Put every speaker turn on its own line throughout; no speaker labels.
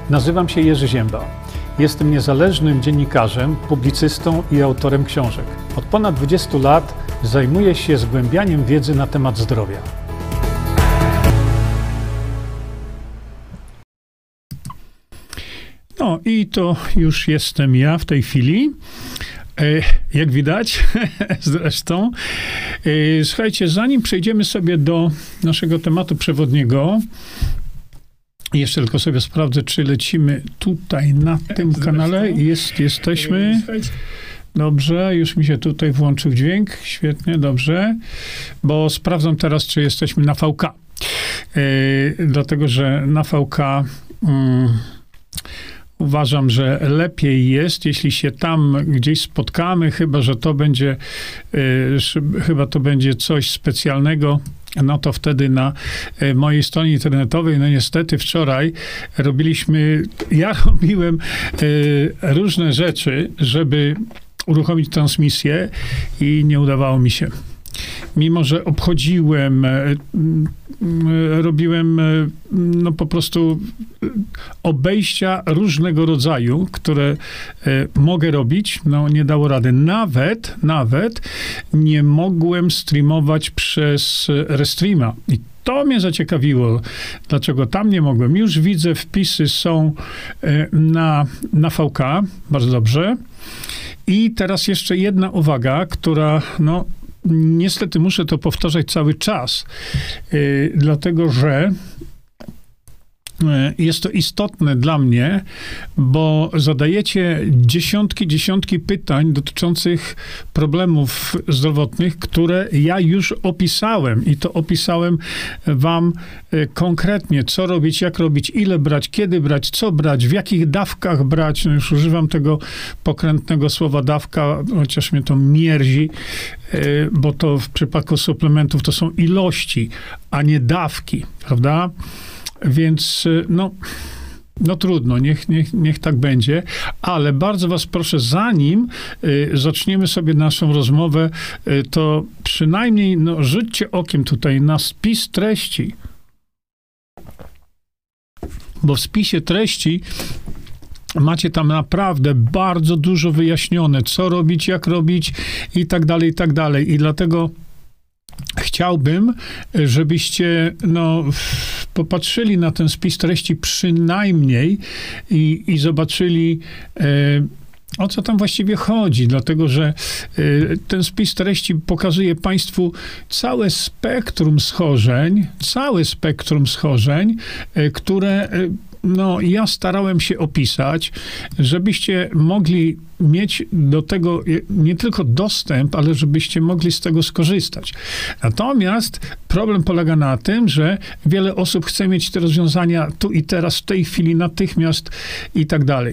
Nazywam się Jerzy Ziemba. Jestem niezależnym dziennikarzem, publicystą i autorem książek. Od ponad 20 lat zajmuję się zgłębianiem wiedzy na temat zdrowia. No i to już jestem ja w tej chwili. Jak widać, zresztą. Słuchajcie, zanim przejdziemy sobie do naszego tematu przewodniego, jeszcze tylko sobie sprawdzę, czy lecimy tutaj na tym kanale. Jesteśmy. Dobrze, już mi się tutaj włączył dźwięk. Świetnie, dobrze. Bo sprawdzam teraz, czy jesteśmy na VK. Dlatego, że na VK uważam, że lepiej jest, jeśli się tam gdzieś spotkamy, chyba to będzie coś specjalnego. No to wtedy na mojej stronie internetowej, no niestety wczoraj ja robiłem różne rzeczy, żeby uruchomić transmisję i nie udawało mi się. Mimo że robiłem no po prostu obejścia różnego rodzaju, które mogę robić, no nie dało rady. Nawet nie mogłem streamować przez Restreama. I to mnie zaciekawiło, dlaczego tam nie mogłem. Już widzę, wpisy są na VK, bardzo dobrze. I teraz jeszcze jedna uwaga, która, no niestety muszę to powtarzać cały czas, dlatego że jest to istotne dla mnie, bo zadajecie dziesiątki pytań dotyczących problemów zdrowotnych, które ja już opisałem i to opisałem wam konkretnie, co robić, jak robić, ile brać, kiedy brać, co brać, w jakich dawkach brać. No już używam tego pokrętnego słowa dawka, chociaż mnie to mierzi, bo to w przypadku suplementów to są ilości, a nie dawki, prawda? Więc no trudno, niech tak będzie, ale bardzo was proszę, zanim zaczniemy sobie naszą rozmowę, to przynajmniej rzućcie okiem tutaj na spis treści, bo w spisie treści macie tam naprawdę bardzo dużo wyjaśnione, co robić, jak robić i tak dalej. I dlatego chciałbym, żebyście popatrzyli na ten spis treści przynajmniej i zobaczyli, o co tam właściwie chodzi, dlatego że ten spis treści pokazuje państwu całe spektrum schorzeń, które ja starałem się opisać, żebyście mogli mieć do tego nie tylko dostęp, ale żebyście mogli z tego skorzystać. Natomiast problem polega na tym, że wiele osób chce mieć te rozwiązania tu i teraz, w tej chwili, natychmiast i tak dalej.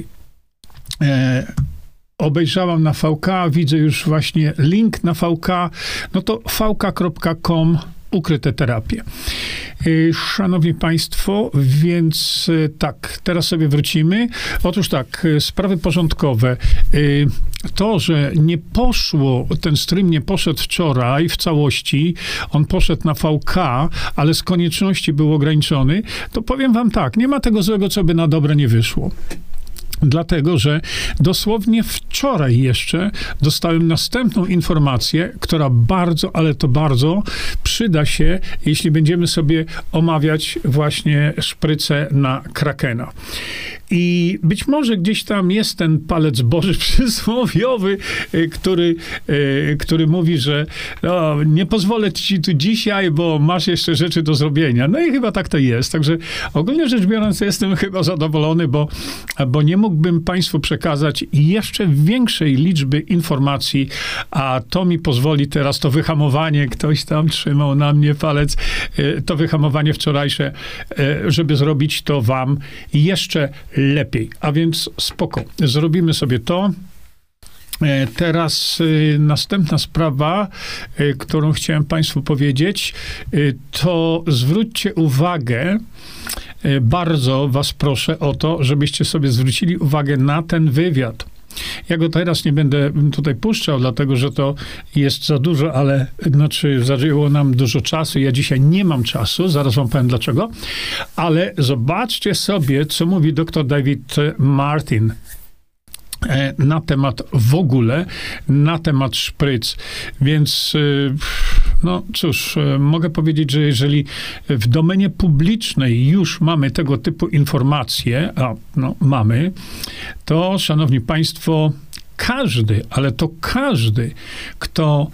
Obejrzałam na VK, widzę już właśnie link na VK, no to vk.com ukryte terapie. Szanowni Państwo, więc tak, teraz sobie wrócimy. Otóż tak, sprawy porządkowe. To, że ten stream nie poszedł wczoraj w całości, on poszedł na VK, ale z konieczności był ograniczony, to powiem wam tak, nie ma tego złego, co by na dobre nie wyszło. Dlatego, że dosłownie wczoraj jeszcze dostałem następną informację, która bardzo, ale to bardzo przyda się, jeśli będziemy sobie omawiać właśnie szprycę na Krakena. I być może gdzieś tam jest ten palec Boży przysłowiowy, który mówi, że nie pozwolę ci tu dzisiaj, bo masz jeszcze rzeczy do zrobienia. No i chyba tak to jest. Także ogólnie rzecz biorąc, jestem chyba zadowolony, bo nie mógłbym państwu przekazać jeszcze większej liczby informacji, a to mi pozwoli teraz to wyhamowanie, ktoś tam trzymał na mnie palec, to wyhamowanie wczorajsze, żeby zrobić to wam jeszcze lepiej. A więc spoko. Zrobimy sobie to. Teraz następna sprawa, którą chciałem państwu powiedzieć, to zwróćcie uwagę, bardzo was proszę o to, żebyście sobie zwrócili uwagę na ten wywiad. Ja go teraz nie będę tutaj puszczał, dlatego że to jest za dużo, ale znaczy zajęło nam dużo czasu. Ja dzisiaj nie mam czasu, zaraz wam powiem dlaczego. Ale zobaczcie sobie, co mówi dr David Martin na temat w ogóle, na temat szpryc. Więc no cóż, mogę powiedzieć, że jeżeli w domenie publicznej już mamy tego typu informacje, a no mamy, to szanowni państwo, każdy, ale to każdy, kto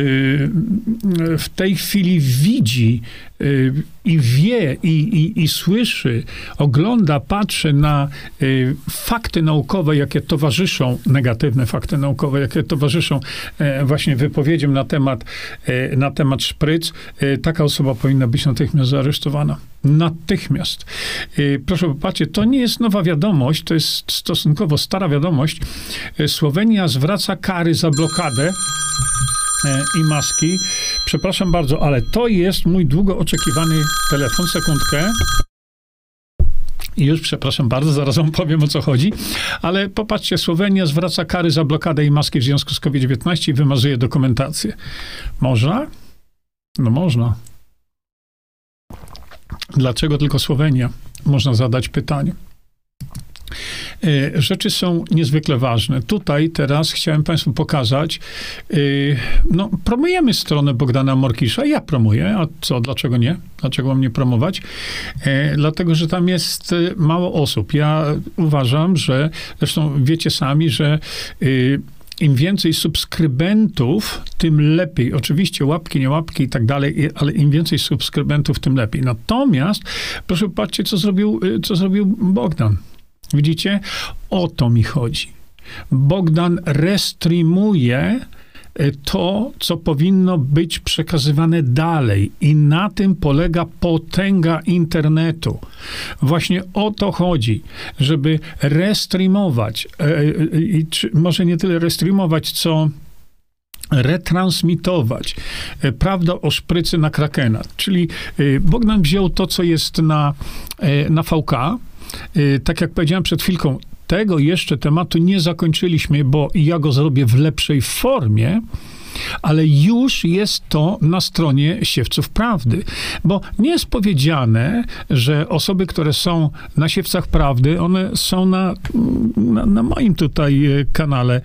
w tej chwili widzi i wie, i słyszy, ogląda, patrzy na fakty naukowe, jakie towarzyszą, negatywne fakty naukowe, jakie towarzyszą właśnie wypowiedziom na temat szpryc, taka osoba powinna być natychmiast zaaresztowana. Natychmiast. Proszę popatrzcie, to nie jest nowa wiadomość, to jest stosunkowo stara wiadomość. Słowenia zwraca kary za blokadę i maski. Przepraszam bardzo, ale to jest mój długo oczekiwany telefon. Sekundkę. I już, przepraszam bardzo, zaraz wam powiem, o co chodzi. Ale popatrzcie, Słowenia zwraca kary za blokadę i maski w związku z COVID-19 i wymazuje dokumentację. Można? No można. Dlaczego tylko Słowenia? Można zadać pytanie. Rzeczy są niezwykle ważne. Tutaj teraz chciałem państwu pokazać, no, promujemy stronę Bogdana Morkisza. Ja promuję, a co, dlaczego nie? Dlaczego mam nie promować? Dlatego, że tam jest mało osób. Ja uważam, że, zresztą wiecie sami, że im więcej subskrybentów, tym lepiej. Oczywiście łapki, nie łapki i tak dalej, ale im więcej subskrybentów, tym lepiej. Natomiast, proszę popatrzcie, co zrobił Bogdan. Widzicie? O to mi chodzi. Bogdan restreamuje to, co powinno być przekazywane dalej. I na tym polega potęga internetu. Właśnie o to chodzi, żeby restreamować, może nie tyle restreamować, co retransmitować prawdę o szprycy na Krakena. Czyli Bogdan wziął to, co jest na VK. Tak jak powiedziałem przed chwilką, tego jeszcze tematu nie zakończyliśmy, bo ja go zrobię w lepszej formie, ale już jest to na stronie Siewców Prawdy. Bo nie jest powiedziane, że osoby, które są na Siewcach Prawdy, one są na moim tutaj kanale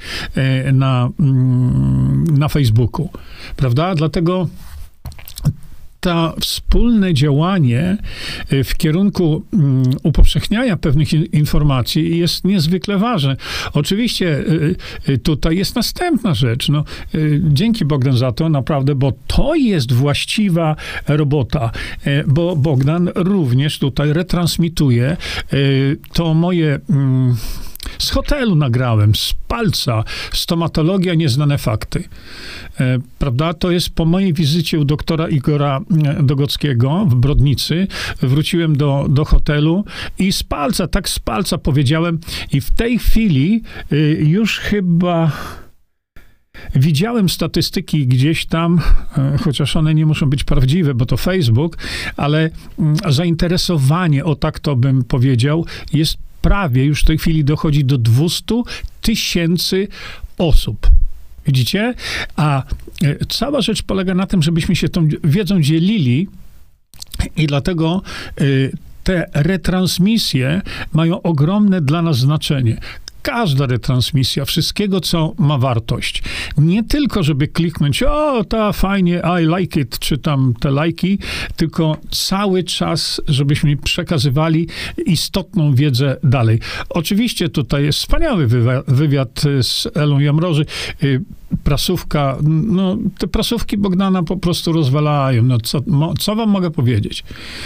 na Facebooku. Prawda? Dlatego to wspólne działanie w kierunku upowszechniania pewnych informacji jest niezwykle ważne. Oczywiście tutaj jest następna rzecz. No, dzięki Bogdan za to, naprawdę, bo to jest właściwa robota, bo Bogdan również tutaj retransmituje to moje... Z hotelu nagrałem, z palca, stomatologia, nieznane fakty. Prawda? To jest po mojej wizycie u doktora Igora Dogockiego w Brodnicy. Wróciłem do hotelu i z palca powiedziałem i w tej chwili już chyba... Widziałem statystyki gdzieś tam, chociaż one nie muszą być prawdziwe, bo to Facebook, ale zainteresowanie, o tak to bym powiedział, jest prawie, już w tej chwili dochodzi do 200 000 osób. Widzicie? A cała rzecz polega na tym, żebyśmy się tą wiedzą dzielili i dlatego te retransmisje mają ogromne dla nas znaczenie. Każda retransmisja, wszystkiego, co ma wartość. Nie tylko, żeby kliknąć, o, ta fajnie, I like it, czy tam te lajki, tylko cały czas, żebyśmy przekazywali istotną wiedzę dalej. Oczywiście tutaj jest wspaniały wywiad z Elą Jamroży. Prasówka, no te prasówki Bogdana po prostu rozwalają. No co wam mogę powiedzieć?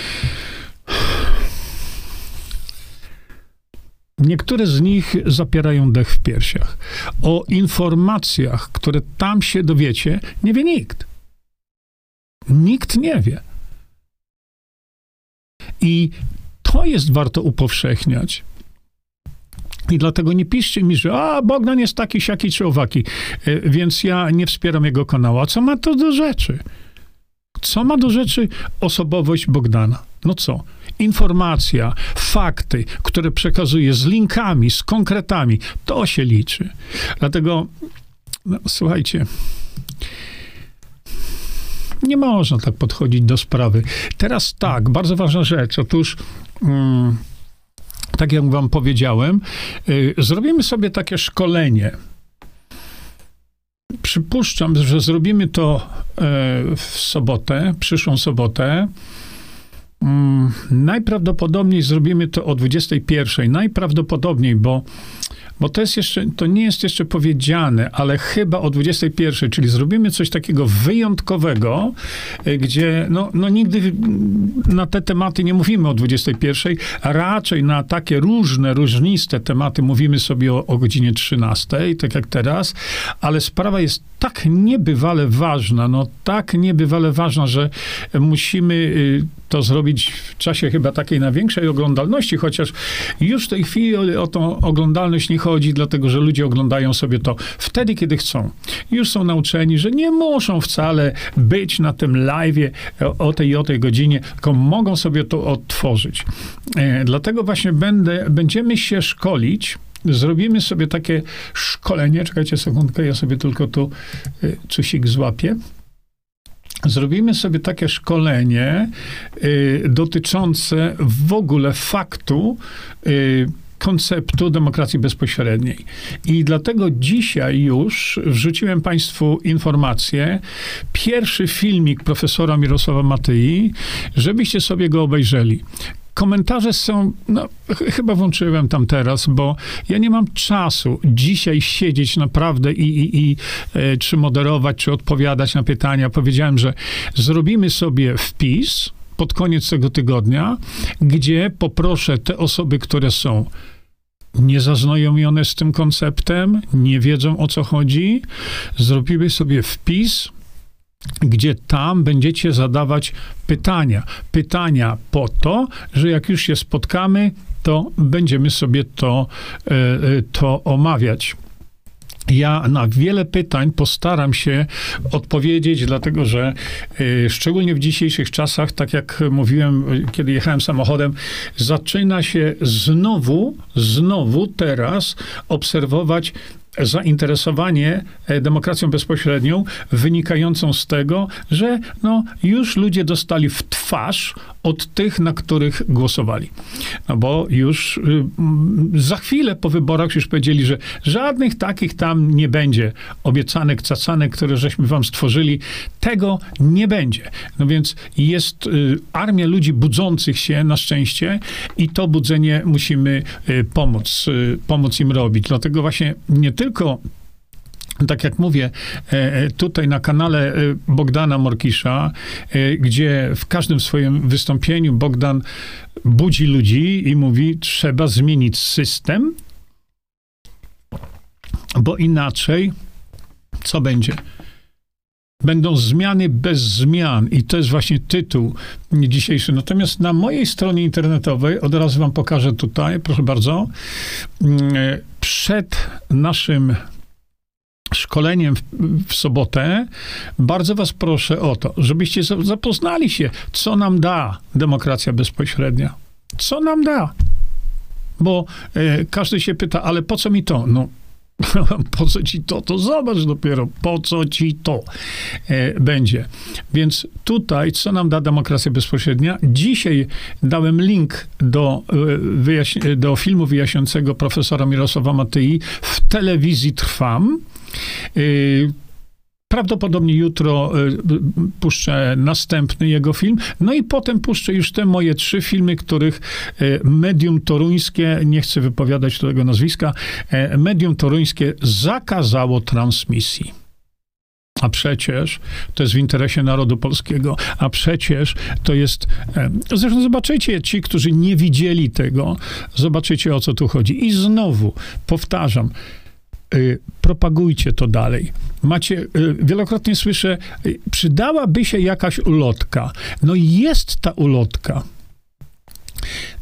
Niektóre z nich zapierają dech w piersiach. O informacjach, które tam się dowiecie, nie wie nikt. Nikt nie wie. I to jest warto upowszechniać. I dlatego nie piszcie mi, że Bogdan jest taki, siaki czy owaki, więc ja nie wspieram jego kanału. A co ma to do rzeczy? Co ma do rzeczy osobowość Bogdana? No co? informacja, fakty, które przekazuje z linkami, z konkretami, to się liczy. Dlatego, no, słuchajcie, nie można tak podchodzić do sprawy. Teraz tak, bardzo ważna rzecz. Otóż, tak jak wam powiedziałem, zrobimy sobie takie szkolenie. Przypuszczam, że zrobimy to w sobotę, przyszłą sobotę. Najprawdopodobniej zrobimy to o 21. Najprawdopodobniej, bo to jest jeszcze, to nie jest jeszcze powiedziane, ale chyba o 21, czyli zrobimy coś takiego wyjątkowego, gdzie no nigdy na te tematy nie mówimy o 21, a raczej na takie różniste tematy mówimy sobie o godzinie 13, tak jak teraz, ale sprawa jest tak niebywale ważna, tak niebywale ważna, że musimy to zrobić w czasie chyba takiej największej oglądalności, chociaż już w tej chwili o tą oglądalność nie chodzi, dlatego że ludzie oglądają sobie to wtedy, kiedy chcą. Już są nauczeni, że nie muszą wcale być na tym live'ie o tej i o tej godzinie, tylko mogą sobie to odtworzyć. Dlatego właśnie będziemy się szkolić. Zrobimy sobie takie szkolenie. Czekajcie sekundkę, ja sobie tylko tu cusik złapię. Zrobimy sobie takie szkolenie dotyczące w ogóle faktu, konceptu demokracji bezpośredniej. I dlatego dzisiaj już wrzuciłem Państwu informację, pierwszy filmik profesora Mirosława Matyi, żebyście sobie go obejrzeli. Komentarze są, chyba włączyłem tam teraz, bo ja nie mam czasu dzisiaj siedzieć naprawdę czy moderować, czy odpowiadać na pytania. Powiedziałem, że zrobimy sobie wpis pod koniec tego tygodnia, gdzie poproszę te osoby, które są niezaznajomione z tym konceptem, nie wiedzą, o co chodzi, zrobimy sobie wpis, gdzie tam będziecie zadawać pytania. Pytania po to, że jak już się spotkamy, to będziemy sobie to omawiać. Ja na wiele pytań postaram się odpowiedzieć, dlatego że szczególnie w dzisiejszych czasach, tak jak mówiłem, kiedy jechałem samochodem, zaczyna się znowu teraz obserwować zainteresowanie demokracją bezpośrednią wynikającą z tego, że już ludzie dostali w twarz od tych, na których głosowali. Bo już za chwilę po wyborach już powiedzieli, że żadnych takich tam nie będzie. Obiecanek, cacanek, które żeśmy wam stworzyli, tego nie będzie. No więc jest armia ludzi budzących się na szczęście i to budzenie musimy pomóc im robić. Dlatego właśnie nie tylko, tak jak mówię, tutaj na kanale Bogdana Morkisza, gdzie w każdym swoim wystąpieniu Bogdan budzi ludzi i mówi, trzeba zmienić system, bo inaczej co będzie? Będą zmiany bez zmian i to jest właśnie tytuł dzisiejszy. Natomiast na mojej stronie internetowej, od razu wam pokażę tutaj, proszę bardzo, przed naszym szkoleniem w sobotę, bardzo was proszę o to, żebyście zapoznali się, co nam da demokracja bezpośrednia. Co nam da? Bo każdy się pyta, ale po co mi to? Po co ci to? To zobacz dopiero, po co ci to będzie. Więc tutaj, co nam da demokracja bezpośrednia? Dzisiaj dałem link do filmu wyjaśniającego profesora Mirosława Matyi w telewizji Trwam. Prawdopodobnie jutro puszczę następny jego film, i potem puszczę już te moje 3 filmy, których medium toruńskie, nie chcę wypowiadać tego nazwiska, medium toruńskie zakazało transmisji. A przecież to jest w interesie narodu polskiego, a przecież to jest... Zresztą zobaczycie, ci, którzy nie widzieli tego, zobaczycie, o co tu chodzi. I znowu, powtarzam, propagujcie to dalej. Wielokrotnie słyszę, przydałaby się jakaś ulotka. Jest ta ulotka.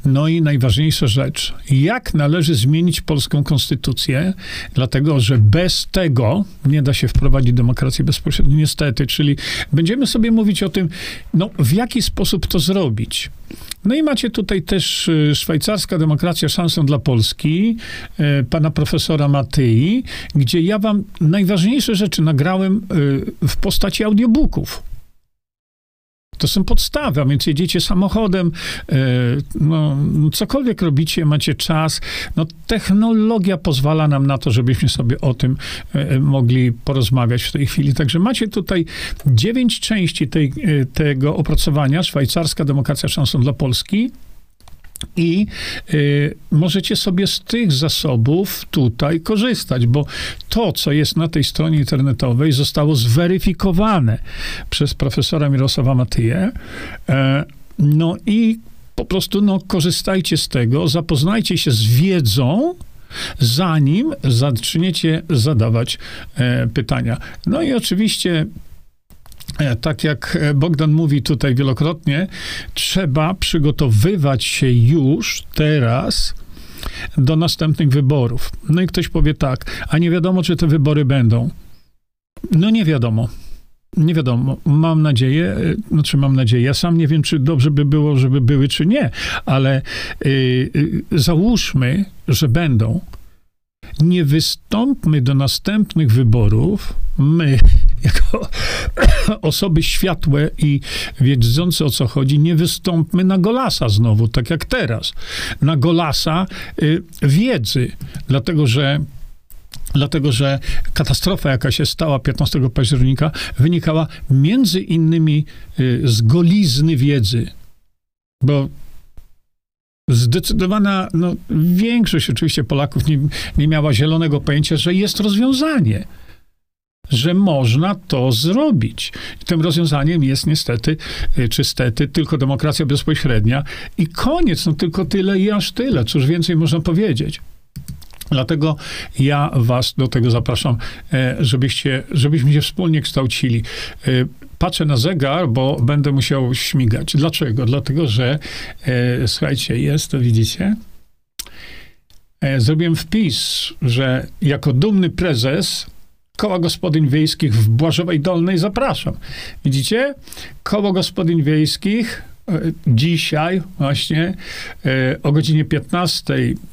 No i najważniejsza rzecz, jak należy zmienić polską konstytucję, dlatego, że bez tego nie da się wprowadzić demokracji bezpośredniej, niestety, czyli będziemy sobie mówić o tym, no w jaki sposób to zrobić. No i macie tutaj też Szwajcarska demokracja szansą dla Polski, pana profesora Matyi, gdzie ja wam najważniejsze rzeczy nagrałem w postaci audiobooków. To są podstawy, a więc jedziecie samochodem, no, cokolwiek robicie, macie czas. No, technologia pozwala nam na to, żebyśmy sobie o tym mogli porozmawiać w tej chwili. Także macie tutaj 9 części tego opracowania, Szwajcarska demokracja szansą dla Polski. I możecie sobie z tych zasobów tutaj korzystać, bo to, co jest na tej stronie internetowej, zostało zweryfikowane przez profesora Mirosława Matyję. No i po prostu korzystajcie z tego, zapoznajcie się z wiedzą, zanim zaczniecie zadawać pytania. No i oczywiście tak jak Bogdan mówi tutaj wielokrotnie, trzeba przygotowywać się już teraz do następnych wyborów. No i ktoś powie tak, a nie wiadomo, czy te wybory będą. No nie wiadomo. Nie wiadomo. Mam nadzieję, ja sam nie wiem, czy dobrze by było, żeby były, czy nie, ale załóżmy, że będą. Nie wystąpmy do następnych wyborów, my, jako osoby światłe i wiedzące, o co chodzi, nie wystąpmy na golasa znowu, tak jak teraz. Na golasa wiedzy, dlatego że katastrofa, jaka się stała 15 października, wynikała między innymi z golizny wiedzy, bo zdecydowana większość oczywiście Polaków nie miała zielonego pojęcia, że jest rozwiązanie, że można to zrobić. I tym rozwiązaniem jest niestety, czy stety, tylko demokracja bezpośrednia i koniec, tylko tyle i aż tyle. Cóż więcej można powiedzieć. Dlatego ja was do tego zapraszam, żebyśmy się wspólnie kształcili. Patrzę na zegar, bo będę musiał śmigać. Dlaczego? Dlatego, że słuchajcie, to widzicie? Zrobiłem wpis, że jako dumny prezes Koła Gospodyń Wiejskich w Błażowej Dolnej zapraszam. Widzicie? Koło Gospodyń Wiejskich dzisiaj właśnie o godzinie 15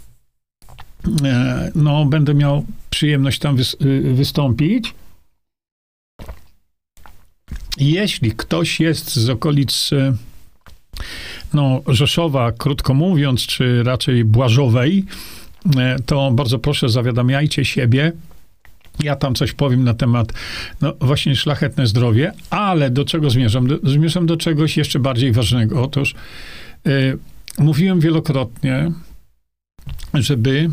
będę miał przyjemność tam wystąpić. Jeśli ktoś jest z okolic Rzeszowa, krótko mówiąc, czy raczej Błażowej, to bardzo proszę, zawiadamiajcie siebie. Ja tam coś powiem na temat właśnie szlachetne zdrowie, ale do czego zmierzam? Zmierzam do czegoś jeszcze bardziej ważnego. Otóż mówiłem wielokrotnie, żeby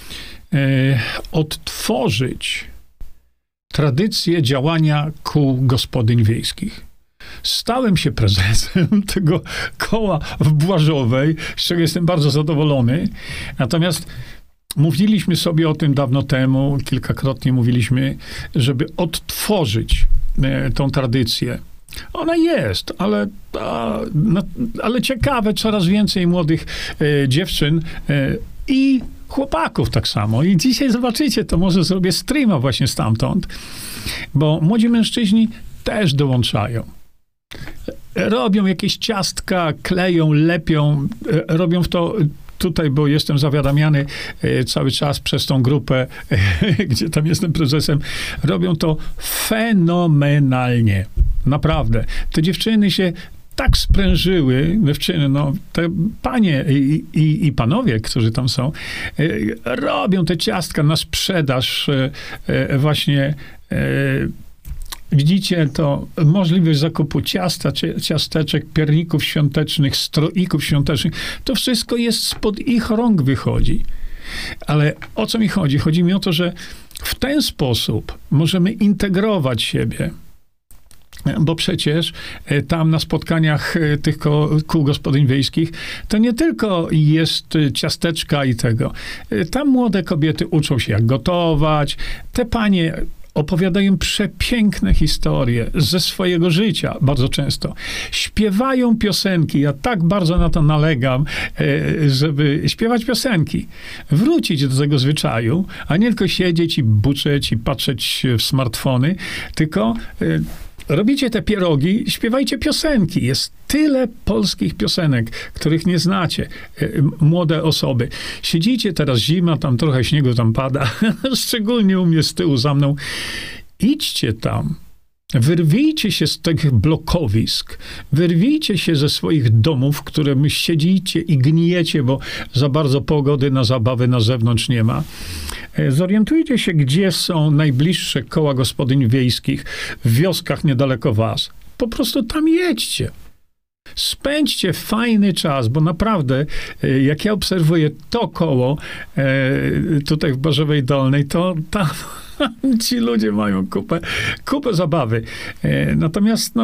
odtworzyć tradycję działania kół gospodyń wiejskich. Stałem się prezesem tego koła w Błażowej, z czego jestem bardzo zadowolony. Natomiast mówiliśmy sobie o tym dawno temu, kilkakrotnie mówiliśmy, żeby odtworzyć tą tradycję. Ona jest, ale ciekawe, coraz więcej młodych dziewczyn i chłopaków tak samo. I dzisiaj zobaczycie, to może zrobię streama właśnie stamtąd, bo młodzi mężczyźni też dołączają. Robią jakieś ciastka, kleją, lepią, robią w to tutaj, bo jestem zawiadamiany cały czas przez tą grupę, gdzie tam jestem prezesem, robią to fenomenalnie. Naprawdę. Te dziewczyny się tak sprężyły, te panie i panowie, którzy tam są, robią te ciastka na sprzedaż właśnie. Widzicie, to możliwość zakupu ciasta, ciasteczek, pierników świątecznych, stroików świątecznych. To wszystko jest spod ich rąk wychodzi. Ale o co mi chodzi? Chodzi mi o to, że w ten sposób możemy integrować siebie. Bo przecież tam na spotkaniach tych kół gospodyń wiejskich to nie tylko jest ciasteczka i tego. Tam młode kobiety uczą się, jak gotować. Te panie opowiadają przepiękne historie ze swojego życia, bardzo często. Śpiewają piosenki. Ja tak bardzo na to nalegam, żeby śpiewać piosenki. Wrócić do tego zwyczaju, a nie tylko siedzieć i buczeć i patrzeć w smartfony, tylko robicie te pierogi, śpiewajcie piosenki. Jest tyle polskich piosenek, których nie znacie. Młode osoby. Siedzicie teraz, zima, tam trochę śniegu tam pada, szczególnie u mnie z tyłu za mną. Idźcie tam. Wyrwijcie się z tych blokowisk. Wyrwijcie się ze swoich domów, w których siedzicie i gnijecie, bo za bardzo pogody na zabawy na zewnątrz nie ma. Zorientujcie się, gdzie są najbliższe koła gospodyń wiejskich w wioskach niedaleko was. Po prostu tam jedźcie. Spędźcie fajny czas, bo naprawdę, jak ja obserwuję to koło tutaj w Barzowej Dolnej, to tam ci ludzie mają kupę zabawy. Natomiast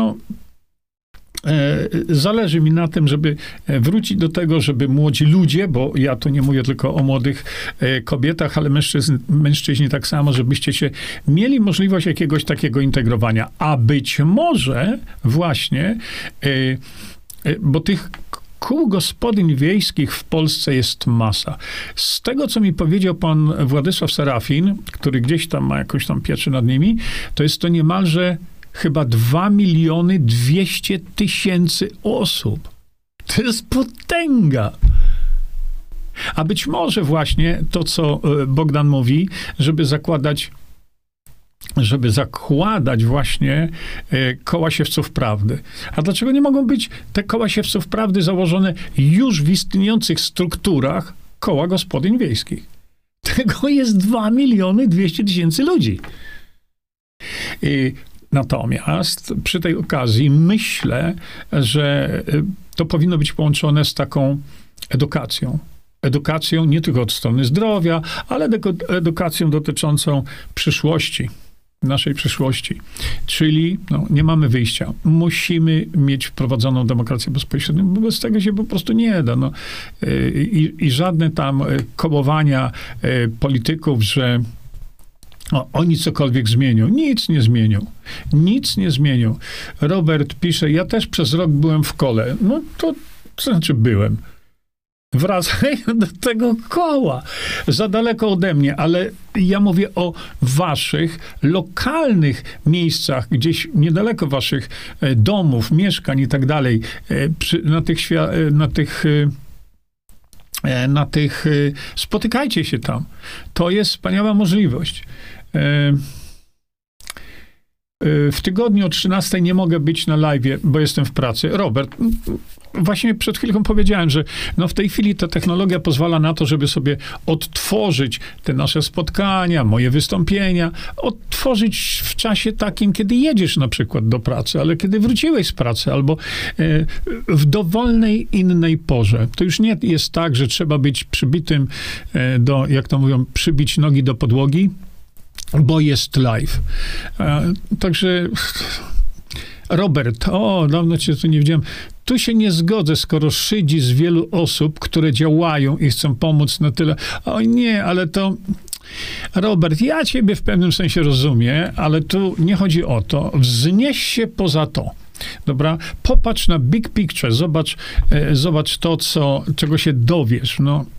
zależy mi na tym, żeby wrócić do tego, żeby młodzi ludzie, bo ja tu nie mówię tylko o młodych kobietach, ale mężczyźni tak samo, żebyście się mieli możliwość jakiegoś takiego integrowania. A być może właśnie, bo tych kół gospodyń wiejskich w Polsce jest masa. Z tego, co mi powiedział pan Władysław Serafin, który gdzieś tam ma jakąś tam pieczę nad nimi, to jest to niemalże chyba 2 200 000 osób. To jest potęga. A być może właśnie to, co Bogdan mówi, żeby zakładać właśnie koła siewców prawdy. A dlaczego nie mogą być te koła siewców prawdy założone już w istniejących strukturach koła gospodyń wiejskich? Tego jest 2 200 000 ludzi. Natomiast przy tej okazji myślę, że to powinno być połączone z taką edukacją. Edukacją nie tylko od strony zdrowia, ale edukacją dotyczącą przyszłości, naszej przyszłości. Czyli nie mamy wyjścia. Musimy mieć wprowadzoną demokrację bezpośrednią, bo bez tego się po prostu nie da. I żadne tam kołowania polityków, że oni cokolwiek zmienią. Nic nie zmienią. Nic nie zmienią. Robert pisze, ja też przez rok byłem w kole. No to znaczy byłem. Wracaj do tego koła. Za daleko ode mnie, ale ja mówię o waszych lokalnych miejscach, gdzieś niedaleko waszych domów, mieszkań i tak dalej. Spotykajcie się tam. To jest wspaniała możliwość. W tygodniu o 13 nie mogę być na live'ie, bo jestem w pracy. Robert, właśnie przed chwilką powiedziałem, że w tej chwili ta technologia pozwala na to, żeby sobie odtworzyć te nasze spotkania, moje wystąpienia, odtworzyć w czasie takim, kiedy jedziesz na przykład do pracy, ale kiedy wróciłeś z pracy, albo w dowolnej innej porze. To już nie jest tak, że trzeba być przybitym jak to mówią, przybić nogi do podłogi, bo jest live. Także Robert, dawno cię tu nie widziałem. Tu się nie zgodzę, skoro szydzi z wielu osób, które działają i chcą pomóc na tyle. O nie, ale to... Robert, ja ciebie w pewnym sensie rozumiem, ale tu nie chodzi o to. Wznieś się poza to. Dobra? Popatrz na big picture. Zobacz to, czego się dowiesz.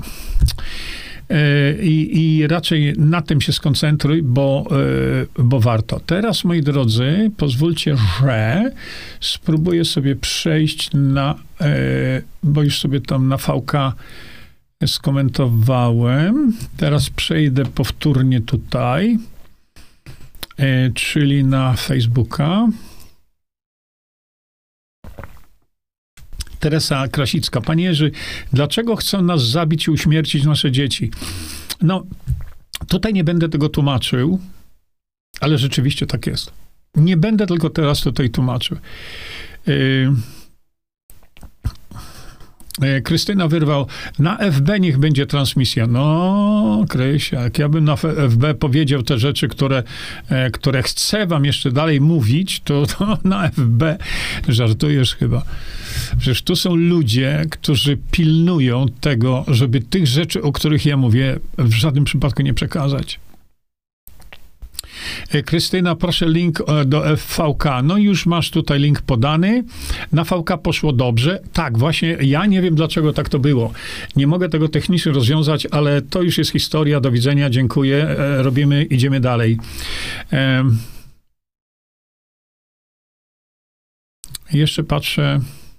I raczej na tym się skoncentruj, bo warto. Teraz, moi drodzy, pozwólcie, że spróbuję sobie przejść bo już sobie tam na VK skomentowałem. Teraz przejdę powtórnie tutaj, czyli na Facebooka. Teresa Krasicka. Panie Jerzy, dlaczego chcą nas zabić i uśmiercić nasze dzieci? Tutaj nie będę tego tłumaczył, ale rzeczywiście tak jest. Nie będę tylko teraz tutaj tłumaczył. Krystyna Wyrwał, na FB niech będzie transmisja. Krysia, jak ja bym na FB powiedział te rzeczy, które chcę wam jeszcze dalej mówić, to na FB żartujesz chyba. Przecież tu są ludzie, którzy pilnują tego, żeby tych rzeczy, o których ja mówię, w żadnym przypadku nie przekazać. Krystyna, proszę link do VK. No już masz tutaj link podany. Na VK poszło dobrze. Tak, właśnie ja nie wiem, dlaczego tak to było. Nie mogę tego technicznie rozwiązać, ale to już jest historia. Do widzenia, dziękuję. Robimy, idziemy dalej. Jeszcze patrzę.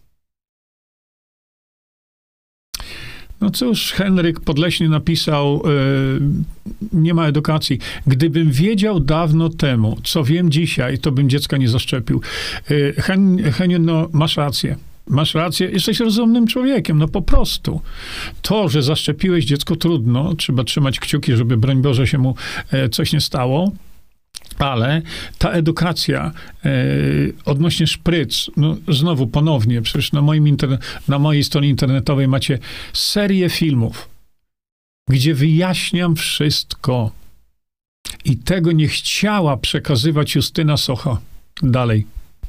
No cóż, Henryk Podleśny napisał, nie ma edukacji. Gdybym wiedział dawno temu, co wiem dzisiaj, to bym dziecka nie zaszczepił. Heniu, no masz rację. Masz rację, jesteś rozumnym człowiekiem, no po prostu. To, że zaszczepiłeś dziecko, trudno, trzeba trzymać kciuki, żeby, broń Boże, się mu coś nie stało. Ale ta edukacja odnośnie szpryc, no znowu ponownie, przecież na mojej stronie internetowej macie serię filmów, gdzie wyjaśniam wszystko. I tego nie chciała przekazywać Justyna Socha dalej.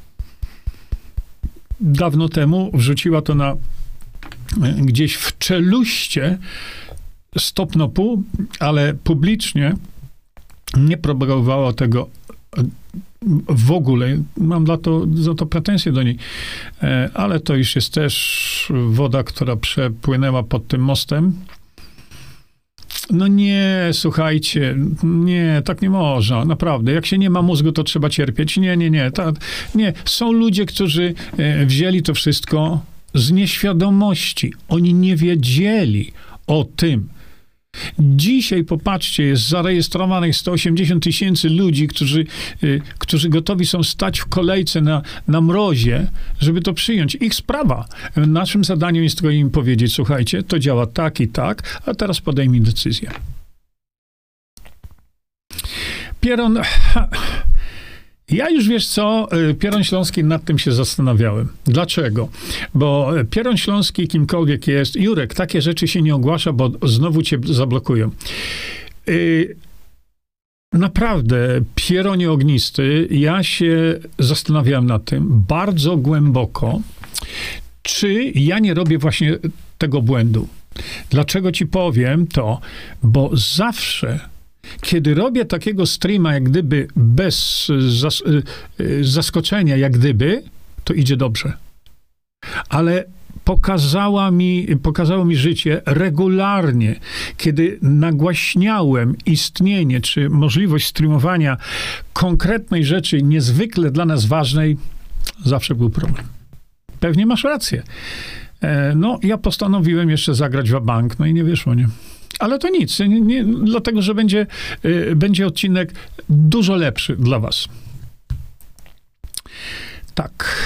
Dawno temu wrzuciła to na gdzieś w czeluście Stopnopu, ale publicznie nie propagowała tego w ogóle. Mam za to pretensje do niej. Ale to już jest też woda, która przepłynęła pod tym mostem. No nie, słuchajcie, nie, tak nie można, naprawdę. Jak się nie ma mózgu, to trzeba cierpieć. Nie. Są ludzie, którzy wzięli to wszystko z nieświadomości. Oni nie wiedzieli o tym. Dzisiaj, popatrzcie, jest zarejestrowanych 180 000 ludzi, którzy gotowi są stać w kolejce na mrozie, żeby to przyjąć. Ich sprawa. Naszym zadaniem jest tylko im powiedzieć, słuchajcie, to działa tak i tak, a teraz podejmij decyzję. Pieron... Ja już, wiesz co, Pieron Śląski, nad tym się zastanawiałem. Dlaczego? Bo Pieron Śląski, kimkolwiek jest, Jurek, takie rzeczy się nie ogłasza, bo znowu cię zablokują. Naprawdę, Pieronie ognisty, ja się zastanawiałem nad tym bardzo głęboko, czy ja nie robię właśnie tego błędu. Dlaczego ci powiem to? Bo zawsze, kiedy robię takiego streama, jak gdyby bez zaskoczenia, jak gdyby, to idzie dobrze. Ale pokazało mi życie regularnie, kiedy nagłaśniałem istnienie, czy możliwość streamowania konkretnej rzeczy niezwykle dla nas ważnej, zawsze był problem. Pewnie masz rację. No, ja postanowiłem jeszcze zagrać wabank, no i nie wyszło, nie? Ale to nic, dlatego, że będzie odcinek dużo lepszy dla was. Tak.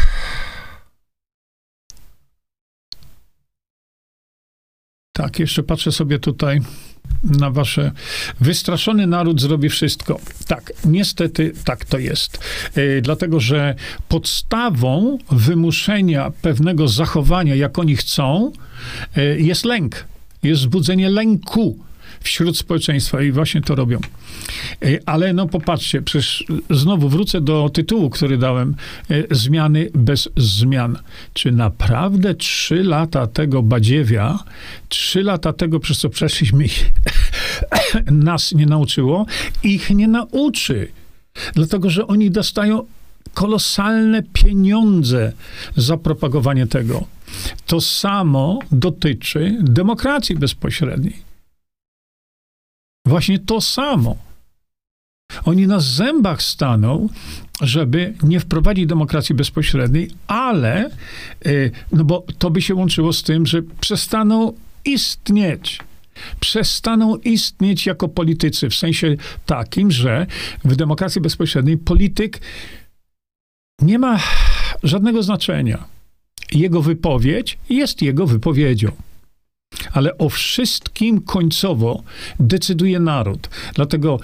Tak, jeszcze patrzę sobie tutaj na wasze... Wystraszony naród zrobi wszystko. Tak, niestety tak to jest. Dlatego, że podstawą wymuszenia pewnego zachowania, jak oni chcą, jest lęk. Jest wzbudzenie lęku wśród społeczeństwa i właśnie to robią. Ale no popatrzcie, przecież znowu wrócę do tytułu, który dałem, zmiany bez zmian. Czy naprawdę 3 lata tego badziewia, 3 lata tego, przez co przeszliśmy, nas nie nauczyło? Ich nie nauczy. Dlatego, że oni dostają kolosalne pieniądze za propagowanie tego. To samo dotyczy demokracji bezpośredniej. Właśnie to samo. Oni na zębach staną, żeby nie wprowadzić demokracji bezpośredniej, ale, no bo to by się łączyło z tym, że przestaną istnieć. Przestaną istnieć jako politycy, w sensie takim, że w demokracji bezpośredniej polityk nie ma żadnego znaczenia. Jego wypowiedź jest jego wypowiedzią. Ale o wszystkim końcowo decyduje naród. Dlatego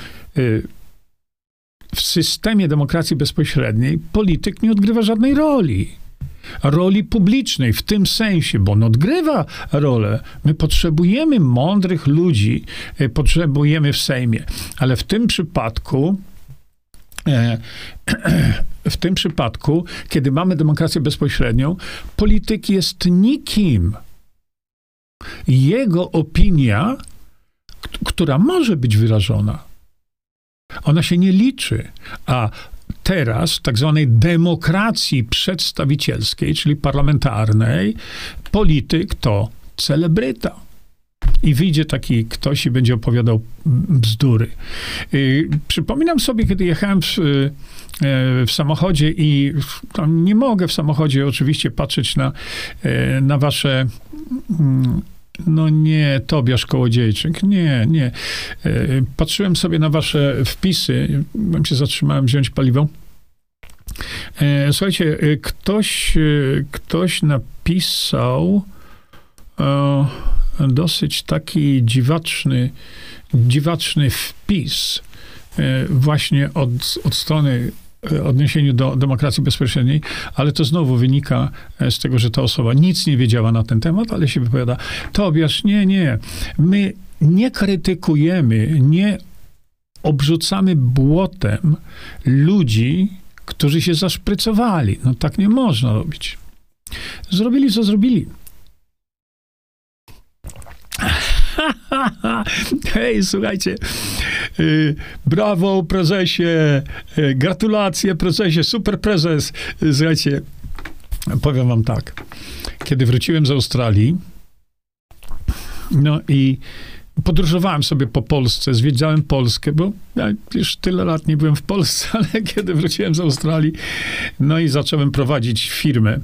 w systemie demokracji bezpośredniej polityk nie odgrywa żadnej roli. Roli publicznej w tym sensie, bo on odgrywa rolę. My potrzebujemy mądrych ludzi, potrzebujemy w Sejmie. Ale w tym przypadku, kiedy mamy demokrację bezpośrednią, polityk jest nikim. Jego opinia, która może być wyrażona, Ona się nie liczy. A teraz w tak zwanej demokracji przedstawicielskiej, czyli parlamentarnej, polityk to celebryta. I wyjdzie taki ktoś i będzie opowiadał bzdury. Przypominam sobie, kiedy jechałem w samochodzie i tam nie mogę w samochodzie oczywiście patrzeć na wasze... No nie, Tobiasz Kołodziejczyk, nie. Patrzyłem sobie na wasze wpisy, bym się zatrzymałem wziąć paliwo. Słuchajcie, ktoś napisał dosyć taki dziwaczny wpis właśnie od strony odniesieniu do demokracji bezpośredniej, ale to znowu wynika z tego, że ta osoba nic nie wiedziała na ten temat, ale się wypowiada, Tobiasz, nie. My nie krytykujemy, nie obrzucamy błotem ludzi, którzy się zaszprycowali. No tak nie można robić. Zrobili, co zrobili. Hej, słuchajcie, brawo prezesie, gratulacje prezesie, super prezes. Słuchajcie, powiem wam tak, kiedy wróciłem z Australii, no i podróżowałem sobie po Polsce, zwiedzałem Polskę, bo ja już tyle lat nie byłem w Polsce, ale kiedy wróciłem z Australii, no i zacząłem prowadzić firmę.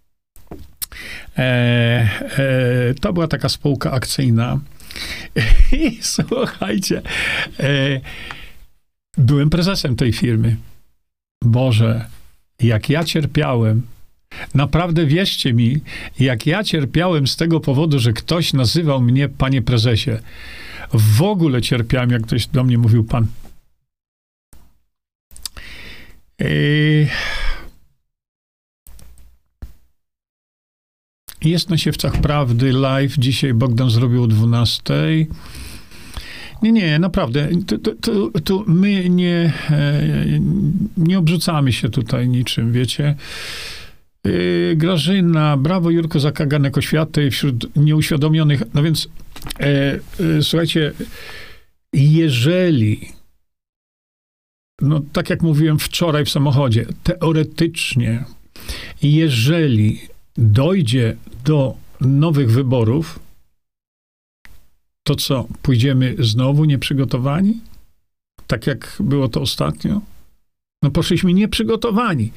To była taka spółka akcyjna. I słuchajcie, byłem prezesem tej firmy. Boże, jak ja cierpiałem. Naprawdę wierzcie mi, jak ja cierpiałem z tego powodu, że ktoś nazywał mnie panie prezesie. W ogóle cierpiałem, jak ktoś do mnie mówił pan. Jest na Siewcach Prawdy live. Dzisiaj Bogdan zrobił o 12:00. Nie, naprawdę. Tu my nie obrzucamy się tutaj niczym, wiecie. Grażyna, brawo Jurko za kaganek oświaty wśród nieuświadomionych. No więc słuchajcie, jeżeli, no tak jak mówiłem wczoraj w samochodzie, teoretycznie, jeżeli dojdzie do nowych wyborów, to co, pójdziemy znowu nieprzygotowani? Tak jak było to ostatnio? No poszliśmy nieprzygotowani.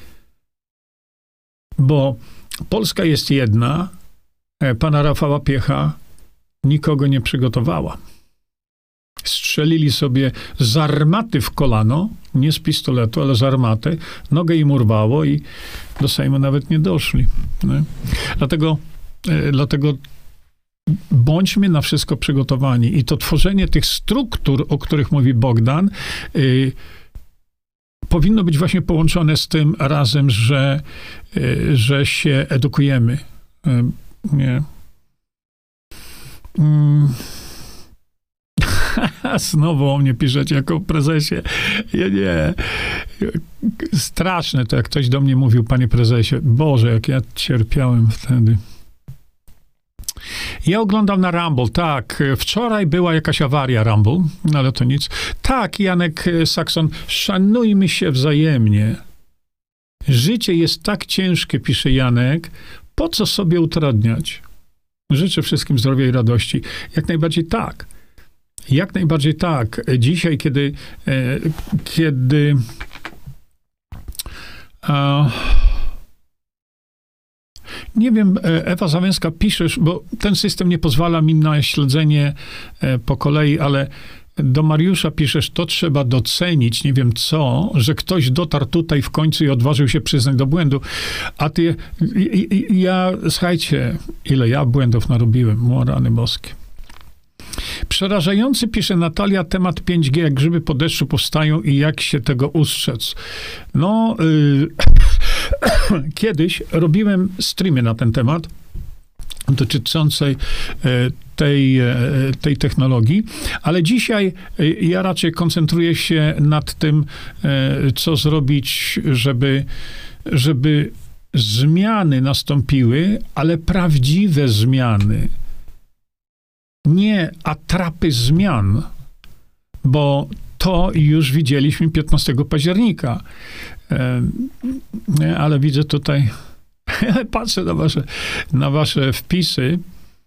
Bo Polska jest jedna, pana Rafała Piecha nikogo nie przygotowała. Strzelili sobie z armaty w kolano, nie z pistoletu, ale z armaty. Nogę im urwało i do Sejmu nawet nie doszli. Nie? Dlatego bądźmy na wszystko przygotowani. I to tworzenie tych struktur, o których mówi Bogdan, powinno być właśnie połączone z tym razem, że się edukujemy. Nie. Znowu o mnie piszecie jako o prezesie. Nie. Straszne to, jak ktoś do mnie mówił, panie prezesie. Boże, jak ja cierpiałem wtedy. Ja oglądam na Rumble, tak. Wczoraj była jakaś awaria Rumble, ale to nic. Tak, Janek Sakson, szanujmy się wzajemnie. Życie jest tak ciężkie, pisze Janek. Po co sobie utrudniać? Życzę wszystkim zdrowia i radości. Jak najbardziej tak. Jak najbardziej tak. Dzisiaj, kiedy nie wiem, Ewa Zawęska, piszesz, bo ten system nie pozwala mi na śledzenie po kolei, ale do Mariusza piszesz, to trzeba docenić, nie wiem co, że ktoś dotarł tutaj w końcu i odważył się przyznać do błędu. A ty, słuchajcie, ile ja błędów narobiłem, o rany boskie. Przerażający, pisze Natalia, temat 5G, jak grzyby po deszczu powstają i jak się tego ustrzec. No, kiedyś robiłem streamy na ten temat dotyczącej tej technologii, ale dzisiaj ja raczej koncentruję się nad tym, co zrobić, żeby zmiany nastąpiły, ale prawdziwe zmiany. Nie atrapy zmian, bo to już widzieliśmy 15 października. Ale widzę tutaj, patrzę na wasze wpisy.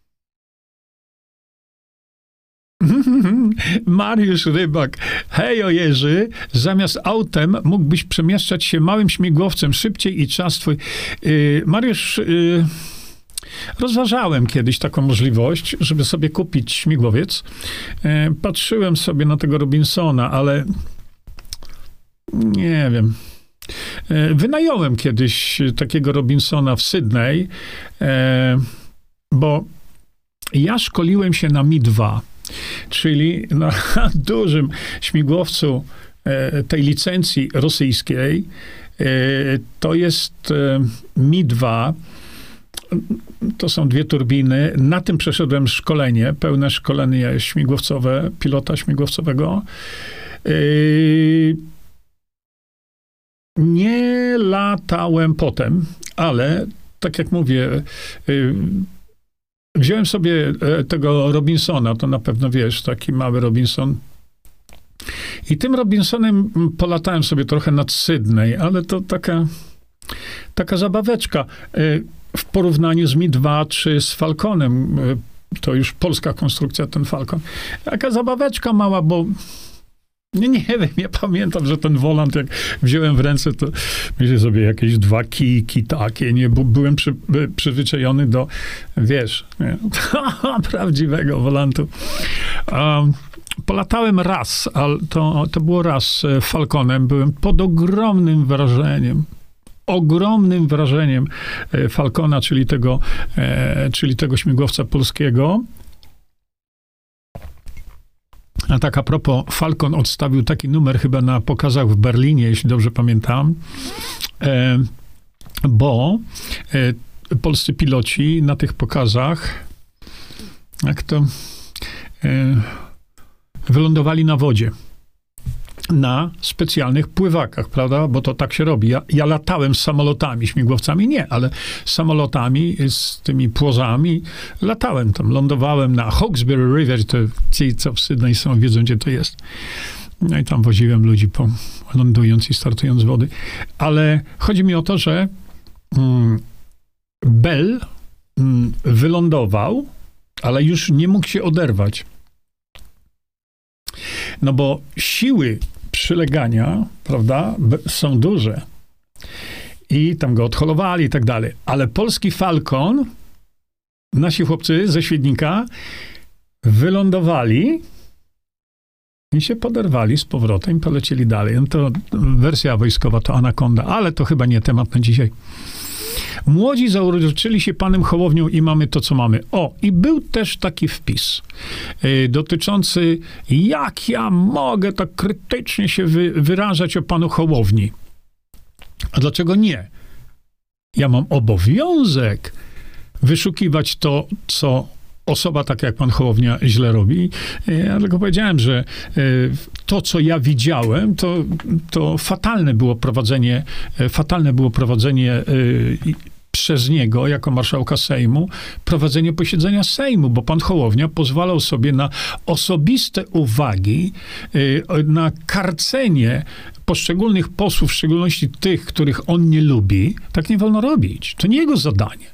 Mariusz Rybak. Hejo Jerzy, zamiast autem mógłbyś przemieszczać się małym śmigłowcem szybciej i czas twój... Mariusz, rozważałem kiedyś taką możliwość, żeby sobie kupić śmigłowiec. Patrzyłem sobie na tego Robinsona, ale nie wiem. Wynająłem kiedyś takiego Robinsona w Sydney, bo ja szkoliłem się na Mi-2, czyli na dużym śmigłowcu tej licencji rosyjskiej. To jest Mi-2. To są 2 turbiny. Na tym przeszedłem szkolenie, pełne szkolenie śmigłowcowe, pilota śmigłowcowego. Nie latałem potem, ale tak jak mówię, wziąłem sobie tego Robinsona, to na pewno wiesz, taki mały Robinson. I tym Robinsonem polatałem sobie trochę nad Sydney, ale to taka zabaweczka. W porównaniu z Mi-2 czy z Falconem, to już polska konstrukcja, ten Falcon. Taka zabaweczka mała, bo nie wiem, ja pamiętam, że ten wolant, jak wziąłem w ręce, to myślę sobie jakieś 2 kijki takie, nie, bo byłem przyzwyczajony do, wiesz, nie, prawdziwego wolantu. Polatałem raz, ale to było raz Falconem, byłem pod ogromnym wrażeniem Falcona, czyli tego śmigłowca polskiego. A tak a propos, Falcon odstawił taki numer chyba na pokazach w Berlinie, jeśli dobrze pamiętam, bo polscy piloci na tych pokazach wylądowali na wodzie. Na specjalnych pływakach, prawda? Bo to tak się robi. Ja latałem z samolotami, śmigłowcami nie, ale samolotami z tymi płozami latałem tam. Lądowałem na Hawkesbury River, to ci, co w Sydney są, wiedzą, gdzie to jest. No i tam woziłem ludzi lądując i startując z wody. Ale chodzi mi o to, że Bell wylądował, ale już nie mógł się oderwać. No bo siły przylegania, prawda, są duże. I tam go odholowali i tak dalej. Ale polski Falcon, nasi chłopcy ze Świdnika, wylądowali i się poderwali z powrotem i polecieli dalej. No to wersja wojskowa to Anakonda, ale to chyba nie temat na dzisiaj. Młodzi zauroczyli się panem Hołownią i mamy to, co mamy. O, i był też taki wpis dotyczący, jak ja mogę tak krytycznie się wyrażać o panu Hołowni. A dlaczego nie? Ja mam obowiązek wyszukiwać to, co osoba taka jak pan Hołownia źle robi. Ja tylko powiedziałem, że to, co ja widziałem, to fatalne było prowadzenie przez niego, jako marszałka Sejmu, prowadzenie posiedzenia Sejmu, bo pan Hołownia pozwalał sobie na osobiste uwagi, na karcenie poszczególnych posłów, w szczególności tych, których on nie lubi. Tak nie wolno robić. To nie jego zadanie.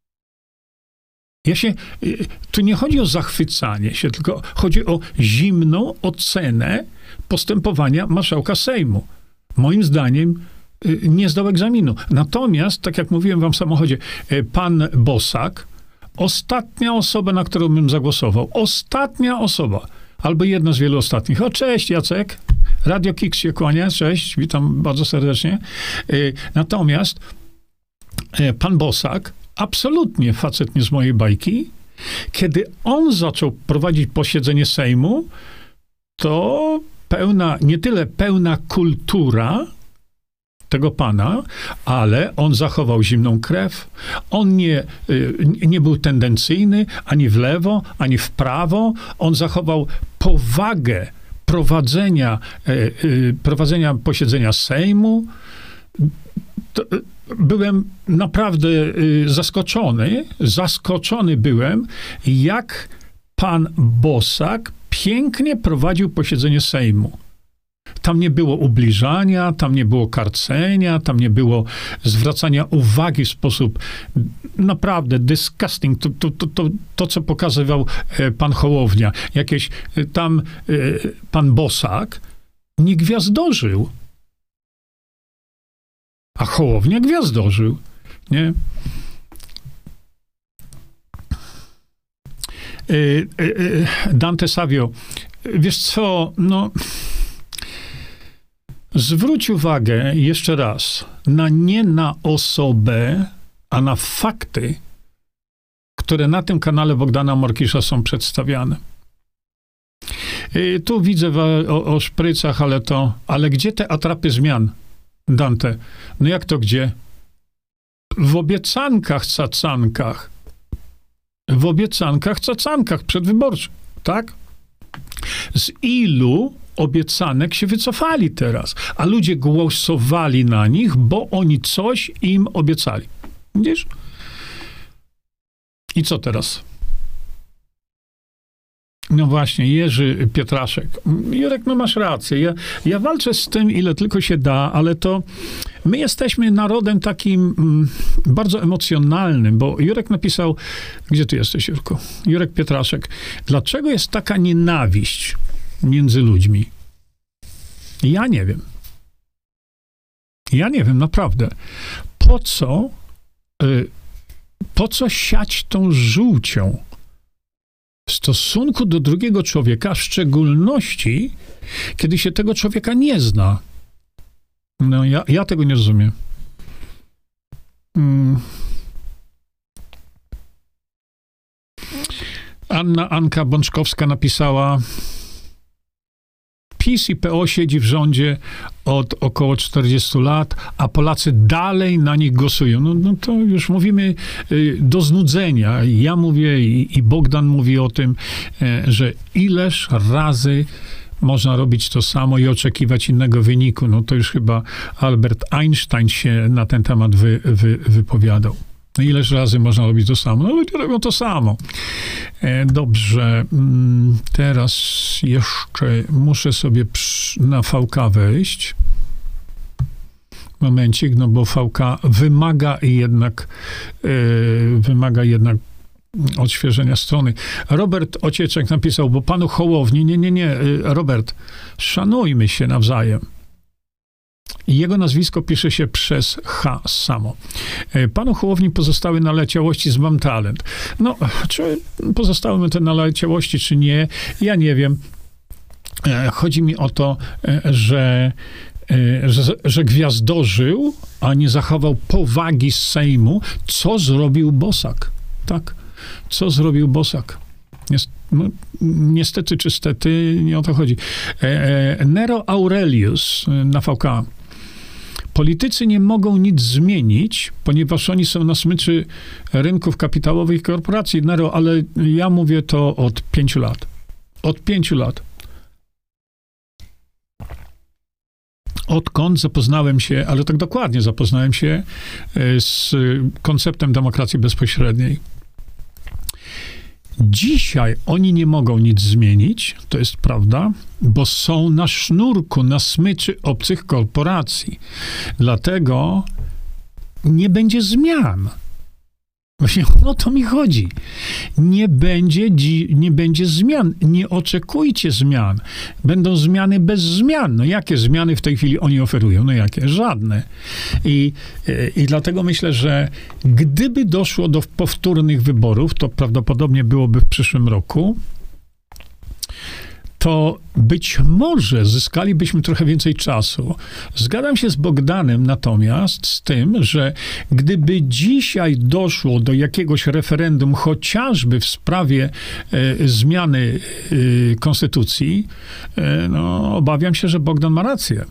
Tu nie chodzi o zachwycanie się, tylko chodzi o zimną ocenę postępowania marszałka Sejmu. Moim zdaniem nie zdał egzaminu. Natomiast, tak jak mówiłem wam w samochodzie, pan Bosak, ostatnia osoba, na którą bym zagłosował, ostatnia osoba, albo jedna z wielu ostatnich. O, cześć Jacek, Radio Kix się kłania, cześć, witam bardzo serdecznie. Natomiast pan Bosak, absolutnie facet nie z mojej bajki. Kiedy on zaczął prowadzić posiedzenie Sejmu, to nie tyle pełna kultura tego pana, ale on zachował zimną krew. On nie był tendencyjny ani w lewo, ani w prawo. On zachował powagę prowadzenia posiedzenia Sejmu. Byłem naprawdę zaskoczony byłem, jak pan Bosak pięknie prowadził posiedzenie Sejmu. Tam nie było ubliżania, tam nie było karcenia, tam nie było zwracania uwagi w sposób naprawdę disgusting. To co pokazywał pan Hołownia, jakieś tam pan Bosak nie gwiazdożył. A Hołownia gwiazdożył, nie? Dante Savio, wiesz co, no zwróć uwagę jeszcze raz nie na osobę, a na fakty, które na tym kanale Bogdana Morkisza są przedstawiane. Tu widzę o szprycach, ale gdzie te atrapy zmian, Dante? No jak to gdzie? W obiecankach, cacankach. W obiecankach, cacankach przedwyborczych, tak? Z ilu obiecanek się wycofali teraz? A ludzie głosowali na nich, bo oni coś im obiecali. Widzisz? I co teraz? No właśnie, Jerzy Pietraszek. Jurek, no masz rację. Ja walczę z tym, ile tylko się da, ale to my jesteśmy narodem takim bardzo emocjonalnym, bo Jurek napisał, gdzie ty jesteś, Jurku? Jurek Pietraszek. Dlaczego jest taka nienawiść między ludźmi? Ja nie wiem. Ja nie wiem, naprawdę. Po co siać tą żółcią w stosunku do drugiego człowieka, w szczególności, kiedy się tego człowieka nie zna? No, ja tego nie rozumiem. Anka Bączkowska napisała: PiS i PO siedzi w rządzie od około 40 lat, a Polacy dalej na nich głosują. No to już mówimy do znudzenia. Ja mówię i Bogdan mówi o tym, że ileż razy można robić to samo i oczekiwać innego wyniku. No to już chyba Albert Einstein się na ten temat wypowiadał. No ileż razy można robić to samo? No ludzie robią to samo. Dobrze. Teraz jeszcze muszę sobie na VK wejść. Momencik, no bo VK wymaga jednak odświeżenia strony. Robert Ocieczek napisał, bo panu Hołowni, nie, Robert, szanujmy się nawzajem. Jego nazwisko pisze się przez H samo. Panu Hołowni pozostały naleciałości z Mam Talent. No, czy pozostały mu te naleciałości, czy nie, ja nie wiem. Chodzi mi o to, że gwiazdożył, a nie zachował powagi z Sejmu, co zrobił Bosak. Tak? Co zrobił Bosak? Niestety czy stety, nie o to chodzi. Nero Aurelius na VK. Politycy nie mogą nic zmienić, ponieważ oni są na smyczy rynków kapitałowych i korporacji. Nero, ale ja mówię to od 5 lat. Od 5 lat. Odkąd zapoznałem się, ale tak dokładnie zapoznałem się z konceptem demokracji bezpośredniej. Dzisiaj oni nie mogą nic zmienić, to jest prawda, bo są na sznurku, na smyczy obcych korporacji. Dlatego nie będzie zmian. Właśnie o to mi chodzi. Nie będzie zmian. Nie oczekujcie zmian. Będą zmiany bez zmian. No jakie zmiany w tej chwili oni oferują? No jakie? Żadne. I dlatego myślę, że gdyby doszło do powtórnych wyborów, to prawdopodobnie byłoby w przyszłym roku, to być może zyskalibyśmy trochę więcej czasu. Zgadzam się z Bogdanem natomiast z tym, że gdyby dzisiaj doszło do jakiegoś referendum, chociażby w sprawie zmiany konstytucji, no obawiam się, że Bogdan ma rację.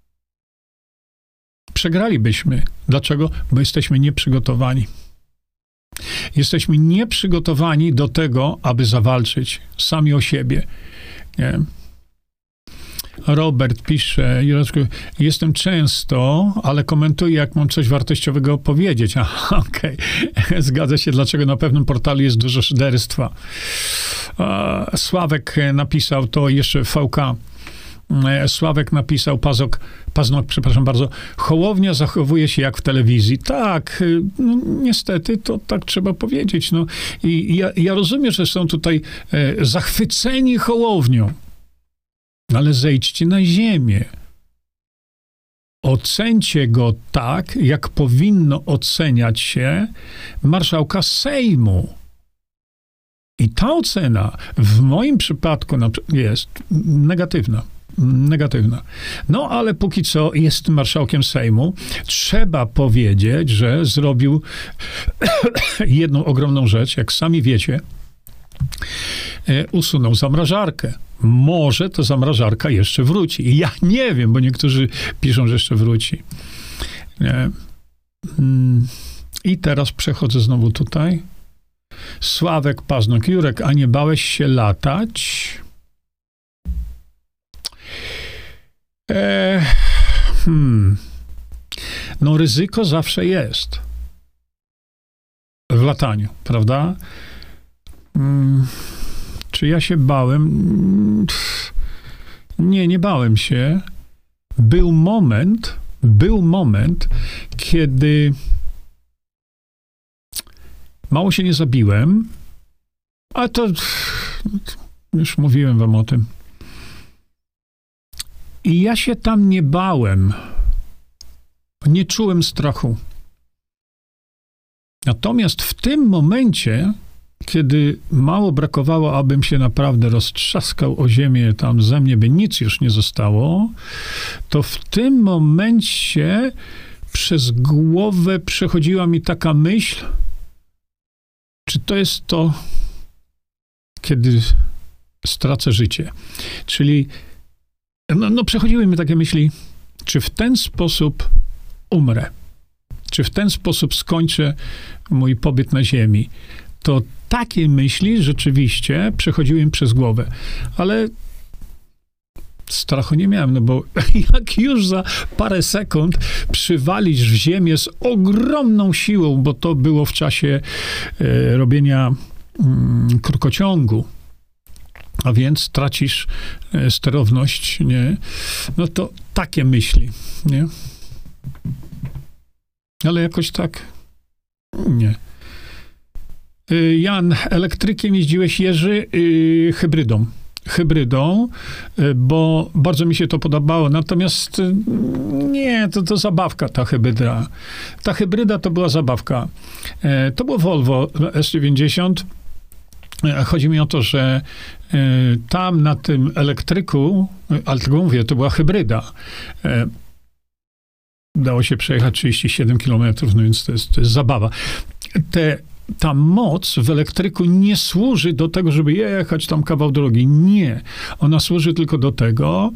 Przegralibyśmy. Dlaczego? Bo jesteśmy nieprzygotowani. Jesteśmy nieprzygotowani do tego, aby zawalczyć sami o siebie. Nie. Robert pisze, jestem często, ale komentuję, jak mam coś wartościowego powiedzieć. Aha, okej. Zgadza się, dlaczego na pewnym portalu jest dużo szyderstwa. Sławek napisał to jeszcze w VK. Sławek napisał, Paznok, przepraszam bardzo, Hołownia zachowuje się jak w telewizji. Tak, no, niestety to tak trzeba powiedzieć. No. I ja rozumiem, że są tutaj zachwyceni Hołownią, ale zejdźcie na ziemię. Ocencie go tak, jak powinno oceniać się marszałka Sejmu. I ta ocena w moim przypadku jest negatywna. Negatywna. No, ale póki co jest marszałkiem Sejmu. Trzeba powiedzieć, że zrobił jedną ogromną rzecz, jak sami wiecie. Usunął zamrażarkę. Może ta zamrażarka jeszcze wróci. Ja nie wiem, bo niektórzy piszą, że jeszcze wróci. I teraz przechodzę znowu tutaj. Sławek, Paznok, Jurek, a nie bałeś się latać? No ryzyko zawsze jest w lataniu, prawda? Czy ja się bałem? Nie bałem się. Był moment, kiedy mało się nie zabiłem, ale to już mówiłem wam o tym. I ja się tam nie bałem. Nie czułem strachu. Natomiast w tym momencie, kiedy mało brakowało, abym się naprawdę roztrzaskał o ziemię, tam ze mnie by nic już nie zostało, to w tym momencie przez głowę przechodziła mi taka myśl, czy to jest to, kiedy stracę życie. Czyli przechodziły mi takie myśli, czy w ten sposób umrę, czy w ten sposób skończę mój pobyt na ziemi. To takie myśli rzeczywiście przechodziły mi przez głowę. Ale strachu nie miałem, no bo jak już za parę sekund przywalisz w ziemię z ogromną siłą, bo to było w czasie robienia krókociągu, a więc tracisz sterowność, nie? No to takie myśli, nie? Ale jakoś tak nie. Jan, elektrykiem jeździłeś, Jerzy, hybrydą, bo bardzo mi się to podobało. Natomiast nie, to zabawka, ta hybryda. Ta hybryda to była zabawka. To było Volvo S90. Chodzi mi o to, że tam na tym elektryku, ale tego mówię, to była hybryda. Dało się przejechać 37 km, no więc to jest zabawa. Ta moc w elektryku nie służy do tego, żeby jechać tam kawał drogi. Nie. Ona służy tylko do tego,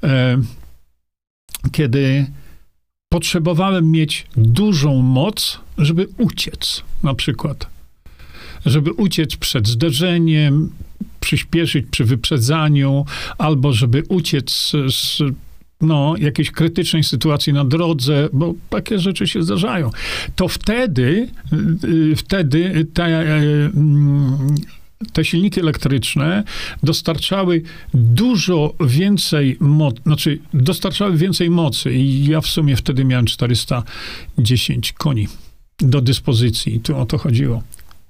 kiedy potrzebowałem mieć dużą moc, żeby uciec, na przykład. Żeby uciec przed zderzeniem, przyspieszyć przy wyprzedzaniu, albo żeby uciec z jakiejś krytycznej sytuacji na drodze, bo takie rzeczy się zdarzają. To wtedy te silniki elektryczne dostarczały dużo więcej dostarczały więcej mocy i ja w sumie wtedy miałem 410 koni do dyspozycji. Tu o to chodziło.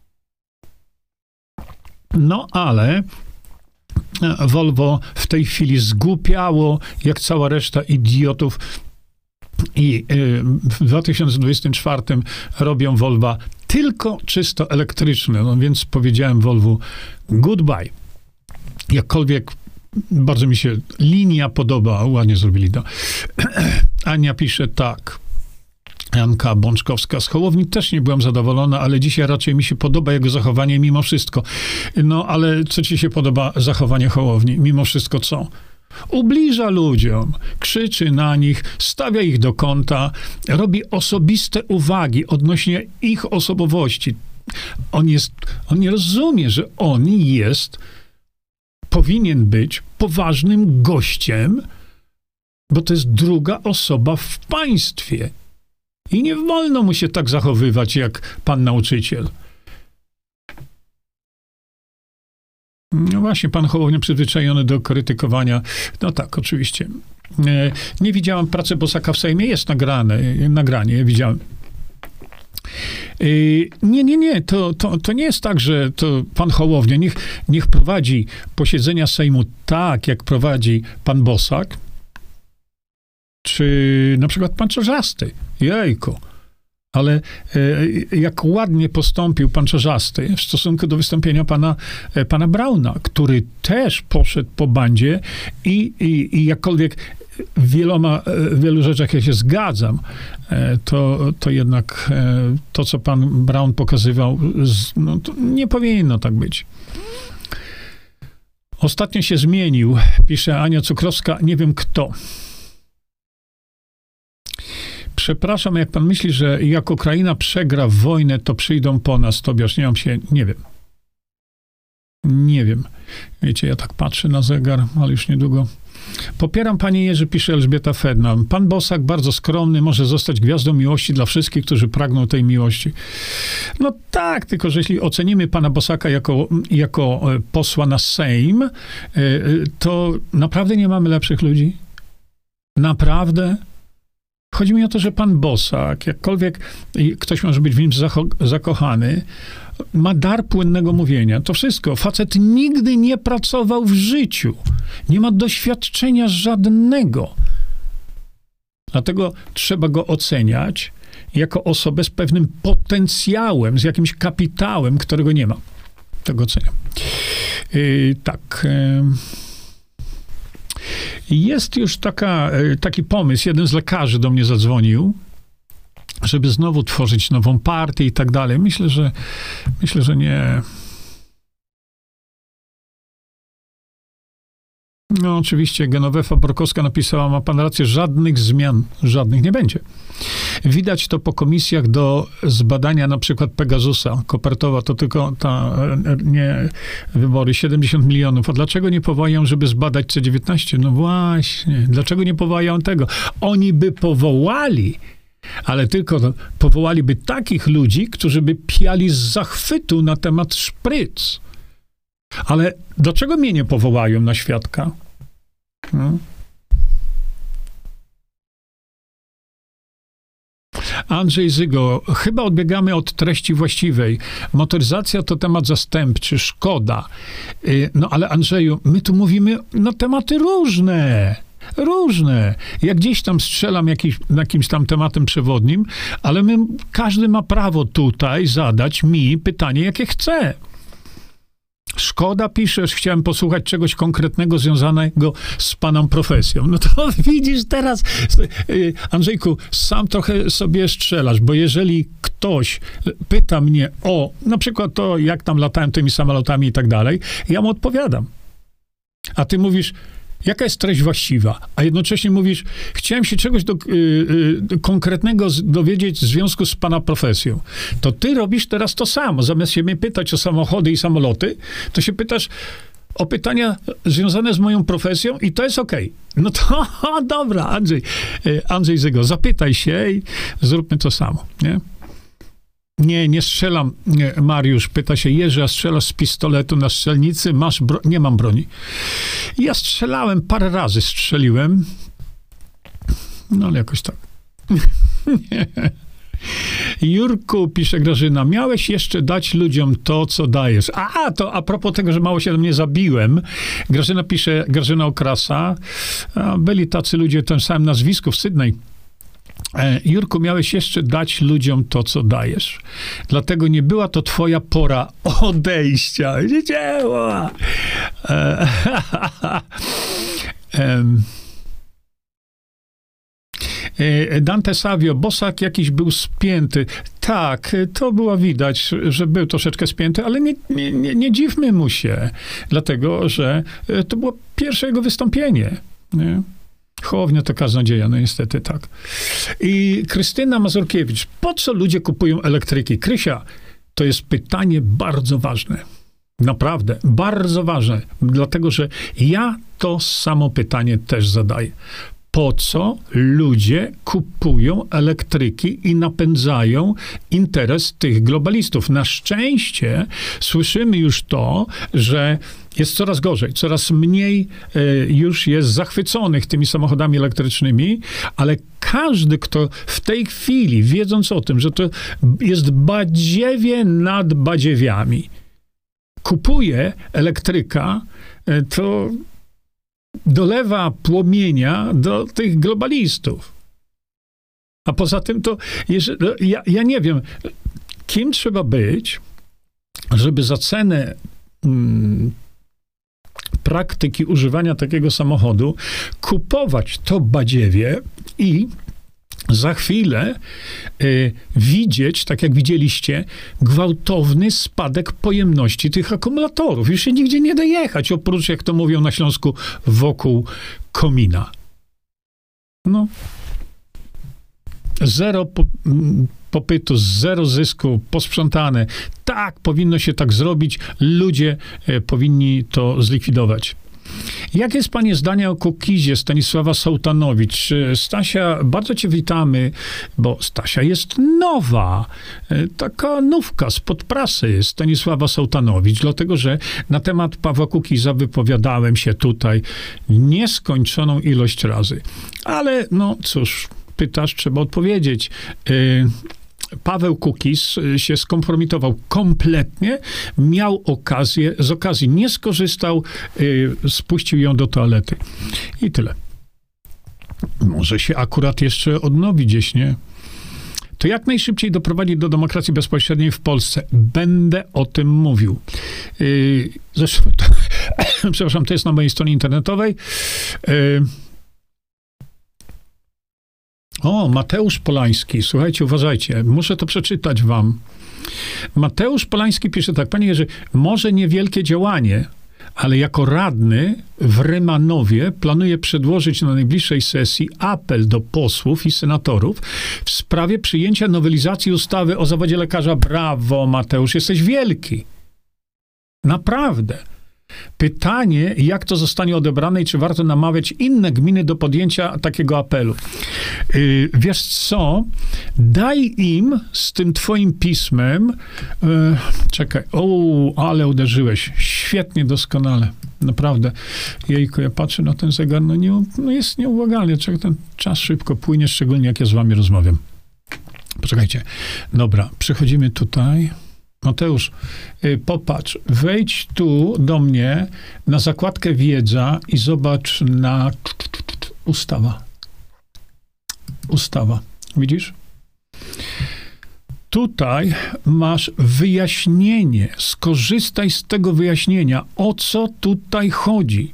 No ale Volvo w tej chwili zgłupiało, jak cała reszta idiotów i w 2024 robią Volvo tylko czysto elektryczne, no więc powiedziałem Volvo goodbye. Jakkolwiek bardzo mi się linia podoba, ładnie zrobili to. Ania pisze tak. Janka Bączkowska z Hołowni też nie byłam zadowolona, ale dzisiaj raczej mi się podoba jego zachowanie mimo wszystko. No, ale co ci się podoba zachowanie Hołowni? Mimo wszystko co? Ubliża ludziom, krzyczy na nich, stawia ich do kąta, robi osobiste uwagi odnośnie ich osobowości. On nie rozumie, że on powinien być poważnym gościem, bo to jest druga osoba w państwie. I nie wolno mu się tak zachowywać jak pan nauczyciel. No właśnie, pan Hołownia przyzwyczajony do krytykowania. No tak, oczywiście. Nie widziałem pracy Bosaka w Sejmie, jest nagranie, widziałem. Nie, to nie jest tak, że to pan Hołownia, niech prowadzi posiedzenia Sejmu tak, jak prowadzi pan Bosak, czy na przykład pan Czarzasty. Jejku. Ale jak ładnie postąpił pan Czarzasty w stosunku do wystąpienia pana Brauna, który też poszedł po bandzie i jakkolwiek w wielu rzeczach ja się zgadzam, to jednak to, co pan Braun pokazywał, no, to nie powinno tak być. Ostatnio się zmienił, pisze Ania Cukrowska, nie wiem kto. Przepraszam, jak pan myśli, że jak Ukraina przegra wojnę, to przyjdą po nas, Tobiasz, nie wiem. Nie wiem. Wiecie, ja tak patrzę na zegar, ale już niedługo. Popieram panie Jerzy, pisze Elżbieta Fedna. Pan Bosak, bardzo skromny, może zostać gwiazdą miłości dla wszystkich, którzy pragną tej miłości. No tak, tylko że jeśli ocenimy pana Bosaka jako posła na Sejm, to naprawdę nie mamy lepszych ludzi? Naprawdę? Chodzi mi o to, że pan Bosak, jakkolwiek ktoś może być w nim zakochany, ma dar płynnego mówienia. To wszystko. Facet nigdy nie pracował w życiu. Nie ma doświadczenia żadnego. Dlatego trzeba go oceniać jako osobę z pewnym potencjałem, z jakimś kapitałem, którego nie ma. Tego oceniam. Tak. Jest już taki pomysł. Jeden z lekarzy do mnie zadzwonił, żeby znowu tworzyć nową partię i tak dalej. Myślę, że nie. No oczywiście Genowefa Borkowska napisała, ma pan rację, żadnych zmian, żadnych nie będzie. Widać to po komisjach do zbadania na przykład Pegasusa. Kopertowa to tylko nie wybory, 70 milionów. A dlaczego nie powołają, żeby zbadać C-19? No właśnie, dlaczego nie powołają tego? Oni by powołali, ale tylko powołaliby takich ludzi, którzy by piali z zachwytu na temat szpryc. Ale dlaczego mnie nie powołają na świadka? No. Andrzej Zygo, chyba odbiegamy od treści właściwej. Motoryzacja to temat zastępczy, szkoda. No ale Andrzeju, my tu mówimy na tematy różne. Ja gdzieś tam strzelam jakimś tam tematem przewodnim, ale każdy ma prawo tutaj zadać mi pytanie, jakie chce. Szkoda, piszesz, chciałem posłuchać czegoś konkretnego związanego z paną profesją. No to widzisz teraz, Andrzejku, sam trochę sobie strzelasz, bo jeżeli ktoś pyta mnie o na przykład to, jak tam latałem tymi samolotami i tak dalej, ja mu odpowiadam. A ty mówisz, jaka jest treść właściwa? A jednocześnie mówisz, chciałem się czegoś konkretnego dowiedzieć w związku z pana profesją. To ty robisz teraz to samo. Zamiast się mnie pytać o samochody i samoloty, to się pytasz o pytania związane z moją profesją i to jest okej. No to dobra, Andrzej Zygo, zapytaj się i zróbmy to samo, nie? Nie strzelam, Mariusz. Pyta się, Jerzy, a strzelasz z pistoletu na strzelnicy? Nie mam broni. Ja strzelałem, parę razy strzeliłem. No ale jakoś tak. Jurku, pisze Grażyna, miałeś jeszcze dać ludziom to, co dajesz. To a propos tego, że mało się do mnie zabiłem. Grażyna pisze, Grażyna Okrasa. Byli tacy ludzie o tym samym nazwisku w Sydney. Jurku, miałeś jeszcze dać ludziom to, co dajesz. Dlatego nie była to twoja pora odejścia. Dzieła. Dante Savio, Bosak jakiś był spięty. Tak, to było widać, że był troszeczkę spięty, ale nie dziwmy mu się, dlatego, że to było pierwsze jego wystąpienie. Nie? Hołownia to kaznodzieja, no niestety tak. I Krystyna Mazurkiewicz, po co ludzie kupują elektryki? Krysia, to jest pytanie bardzo ważne. Naprawdę, bardzo ważne. Dlatego, że ja to samo pytanie też zadaję. po co ludzie kupują elektryki i napędzają interes tych globalistów. Na szczęście słyszymy już to, że jest coraz gorzej, coraz mniej już jest zachwyconych tymi samochodami elektrycznymi, ale każdy, kto w tej chwili, wiedząc o tym, że to jest badziewie nad badziewiami, kupuje elektryka, to dolewa płomienia do tych globalistów. A poza tym to, ja nie wiem, kim trzeba być, żeby za cenę praktyki używania takiego samochodu kupować to badziewie i za chwilę widzieć, tak jak widzieliście, gwałtowny spadek pojemności tych akumulatorów. Już się nigdzie nie da jechać, oprócz, jak to mówią na Śląsku, wokół komina. No. Zero popytu, zero zysku, posprzątane. Tak, powinno się tak zrobić. Ludzie powinni to zlikwidować. Jakie jest Pani zdanie o Kukizie Stanisława Sołtanowicz? Stasia, bardzo Cię witamy, bo Stasia jest nowa. Taka nówka spod prasy Stanisława Sołtanowicz, dlatego że na temat Pawła Kukiza wypowiadałem się tutaj nieskończoną ilość razy. Ale no cóż, pytasz, trzeba odpowiedzieć. Paweł Kukiz się skompromitował kompletnie, miał okazję, z okazji nie skorzystał, spuścił ją do toalety. I tyle. Może się akurat jeszcze odnowi gdzieś, nie? To jak najszybciej doprowadzić do demokracji bezpośredniej w Polsce. Będę o tym mówił. Zresztą, przepraszam, to jest na mojej stronie internetowej. O, Mateusz Polański. Słuchajcie, uważajcie. Muszę to przeczytać wam. Mateusz Polański pisze tak. Panie Jerzy, może niewielkie działanie, ale jako radny w Rymanowie planuję przedłożyć na najbliższej sesji apel do posłów i senatorów w sprawie przyjęcia nowelizacji ustawy o zawodzie lekarza. Brawo, Mateusz, jesteś wielki. Naprawdę. Pytanie, jak to zostanie odebrane i czy warto namawiać inne gminy do podjęcia takiego apelu. Wiesz co? Daj im z tym twoim pismem, czekaj, ale uderzyłeś. Świetnie, doskonale. Naprawdę. Jejku, ja patrzę na ten zegar, no jest nieubłagalnie. Ten czas szybko płynie, szczególnie jak ja z wami rozmawiam. Poczekajcie. Dobra, przechodzimy tutaj. Mateusz, popatrz, wejdź tu do mnie na zakładkę wiedza i zobacz na ustawa. Ustawa. Widzisz? Tutaj masz wyjaśnienie. Skorzystaj z tego wyjaśnienia. O co tutaj chodzi?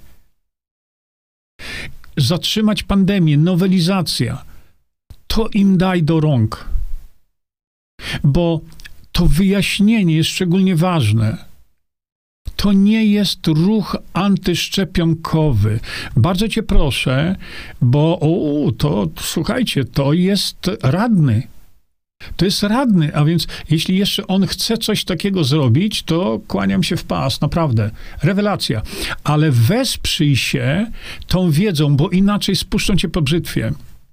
Zatrzymać pandemię, nowelizacja. To im daj do rąk. Bo to wyjaśnienie jest szczególnie ważne. To nie jest ruch antyszczepionkowy. Bardzo cię proszę, bo słuchajcie, to jest radny. To jest radny, a więc jeśli jeszcze on chce coś takiego zrobić, to kłaniam się w pas, naprawdę. Rewelacja. Ale wesprzyj się tą wiedzą, bo inaczej spuszczą cię po brzytwie.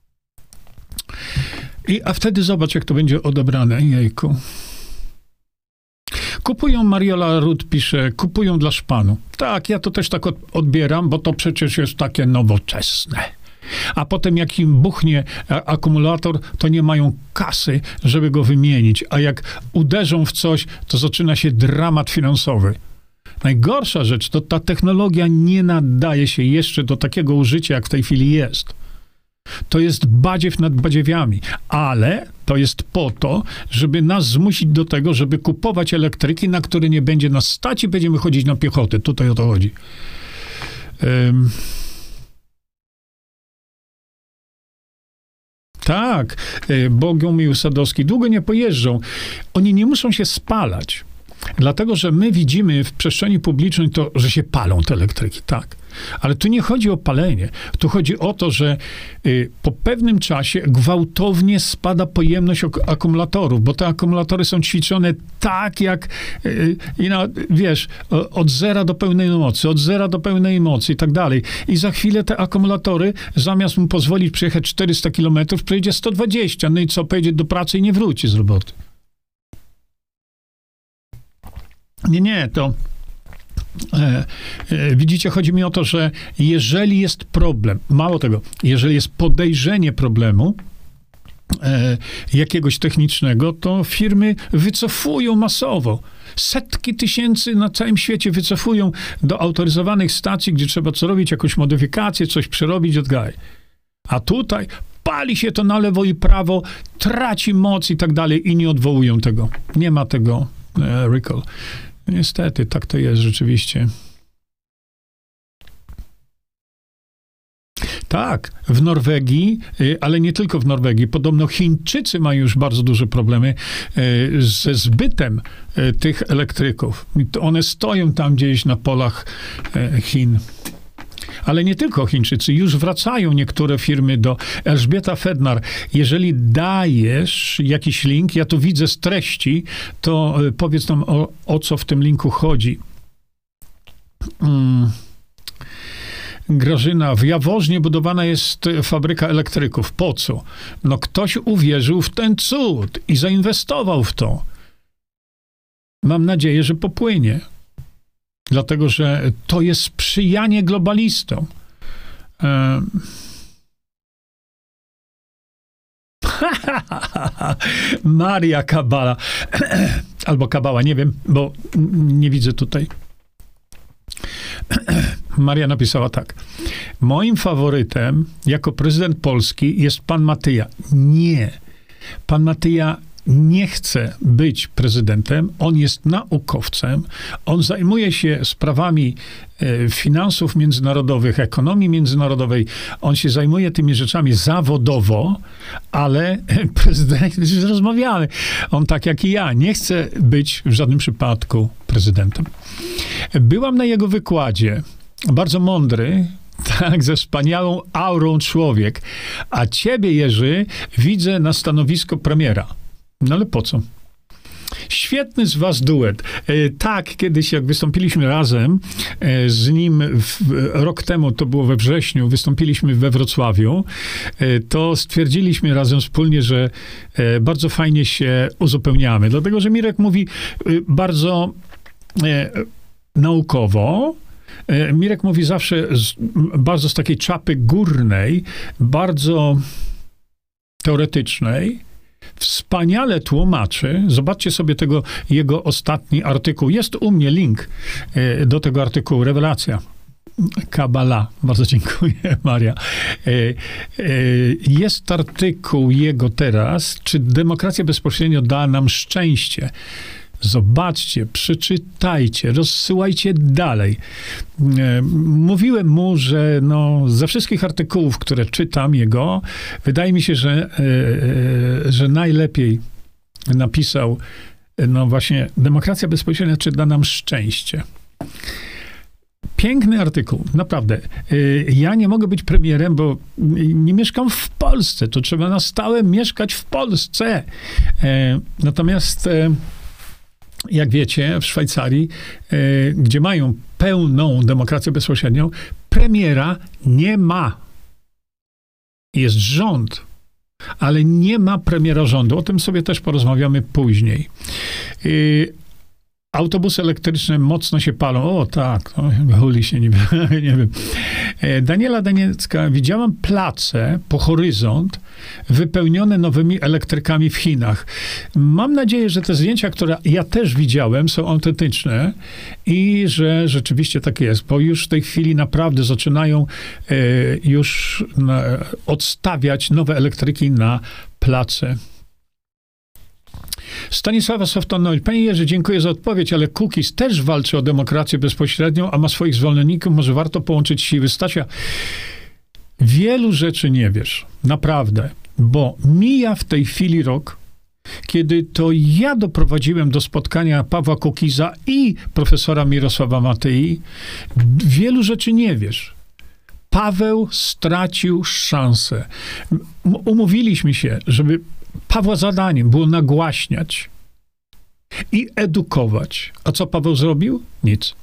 A wtedy zobacz, jak to będzie odebrane. Jejku. Kupują, Mariola Rut pisze, kupują dla szpanu. Tak, ja to też tak odbieram, bo to przecież jest takie nowoczesne. A potem jak im buchnie akumulator, to nie mają kasy, żeby go wymienić. A jak uderzą w coś, to zaczyna się dramat finansowy. Najgorsza rzecz, to ta technologia nie nadaje się jeszcze do takiego użycia, jak w tej chwili jest. To jest badziew nad badziewiami, ale to jest po to, żeby nas zmusić do tego, żeby kupować elektryki, na które nie będzie nas stać i będziemy chodzić na piechotę. Tutaj o to chodzi. Tak, Bogumił Sadowski. Długo nie pojeżdżą. Oni nie muszą się spalać. Dlatego, że my widzimy w przestrzeni publicznej to, że się palą te elektryki, tak. Ale tu nie chodzi o palenie. Tu chodzi o to, że po pewnym czasie gwałtownie spada pojemność akumulatorów, bo te akumulatory są ćwiczone tak jak, wiesz, od zera do pełnej mocy, od zera do pełnej mocy i tak dalej. I za chwilę te akumulatory, zamiast mu pozwolić przejechać 400 kilometrów, przejdzie 120. No i co, pojedzie do pracy i nie wróci z roboty. Nie, to widzicie, chodzi mi o to, że jeżeli jest problem, mało tego, jeżeli jest podejrzenie problemu jakiegoś technicznego, to firmy wycofują masowo. Setki tysięcy na całym świecie wycofują do autoryzowanych stacji, gdzie trzeba co robić, jakąś modyfikację, coś przerobić, odgaj. A tutaj pali się to na lewo i prawo, traci moc i tak dalej i nie odwołują tego. Nie ma tego recall. Niestety, tak to jest rzeczywiście. Tak, w Norwegii, ale nie tylko w Norwegii. Podobno Chińczycy mają już bardzo duże problemy ze zbytem tych elektryków. One stoją tam gdzieś na polach Chin. Ale nie tylko Chińczycy, już wracają niektóre firmy do Elżbieta Fednar. Jeżeli dajesz jakiś link, ja to widzę z treści, to powiedz nam o co w tym linku chodzi. Grażyna, w Jaworznie budowana jest fabryka elektryków. Po co? No ktoś uwierzył w ten cud i zainwestował w to. Mam nadzieję, że popłynie. Dlatego, że to jest sprzyjanie globalistom. Maria Kabala. Albo Kabała, nie wiem, bo nie widzę tutaj. Maria napisała tak. Moim faworytem jako prezydent Polski jest pan Matyja. Nie. Pan Matyja nie chce być prezydentem, on jest naukowcem, on zajmuje się sprawami finansów międzynarodowych, ekonomii międzynarodowej, on się zajmuje tymi rzeczami zawodowo, ale prezydent, rozmawiamy, on tak jak i ja, nie chce być w żadnym przypadku prezydentem. Byłam na jego wykładzie, bardzo mądry, tak, ze wspaniałą aurą człowiek, a ciebie, Jerzy, widzę na stanowisko premiera. No ale po co? Świetny z was duet. Tak, kiedyś jak wystąpiliśmy razem z nim rok temu, to było we wrześniu, wystąpiliśmy we Wrocławiu, to stwierdziliśmy razem wspólnie, że bardzo fajnie się uzupełniamy. Dlatego, że Mirek mówi bardzo naukowo, Mirek mówi zawsze bardzo z takiej czapy górnej, bardzo teoretycznej, wspaniale tłumaczy. Zobaczcie sobie tego jego ostatni artykuł. Jest u mnie link do tego artykułu. Rewelacja. Kabala. Bardzo dziękuję, Maria. Jest artykuł jego teraz, czy demokracja bezpośrednio da nam szczęście. Zobaczcie, przeczytajcie, rozsyłajcie dalej. Mówiłem mu, że ze wszystkich artykułów, które czytam jego, wydaje mi się, że najlepiej napisał właśnie demokracja bezpośrednia, czy da nam szczęście. Piękny artykuł, naprawdę. Ja nie mogę być premierem, bo nie mieszkam w Polsce. To trzeba na stałe mieszkać w Polsce. Natomiast jak wiecie, w Szwajcarii, gdzie mają pełną demokrację bezpośrednią, premiera nie ma. Jest rząd, ale nie ma premiera rządu. O tym sobie też porozmawiamy później. Autobusy elektryczne mocno się palą. O tak, huli się, nie wiem. Daniela Daniecka, widziałam place po horyzont wypełnione nowymi elektrykami w Chinach. Mam nadzieję, że te zdjęcia, które ja też widziałem, są autentyczne i że rzeczywiście tak jest, bo już w tej chwili naprawdę zaczynają już odstawiać nowe elektryki na place. Stanisława Softanowicz. Panie Jerzy, dziękuję za odpowiedź, ale Kukiz też walczy o demokrację bezpośrednią, a ma swoich zwolenników. Może warto połączyć siły. Stasia, wielu rzeczy nie wiesz. Naprawdę. Bo mija w tej chwili rok kiedy to ja doprowadziłem do spotkania Pawła Kukiza i profesora Mirosława Matyi, wielu rzeczy nie wiesz. Paweł stracił szansę. Umówiliśmy się, żeby Pawła zadaniem było nagłaśniać i edukować. A co Paweł zrobił? Nic.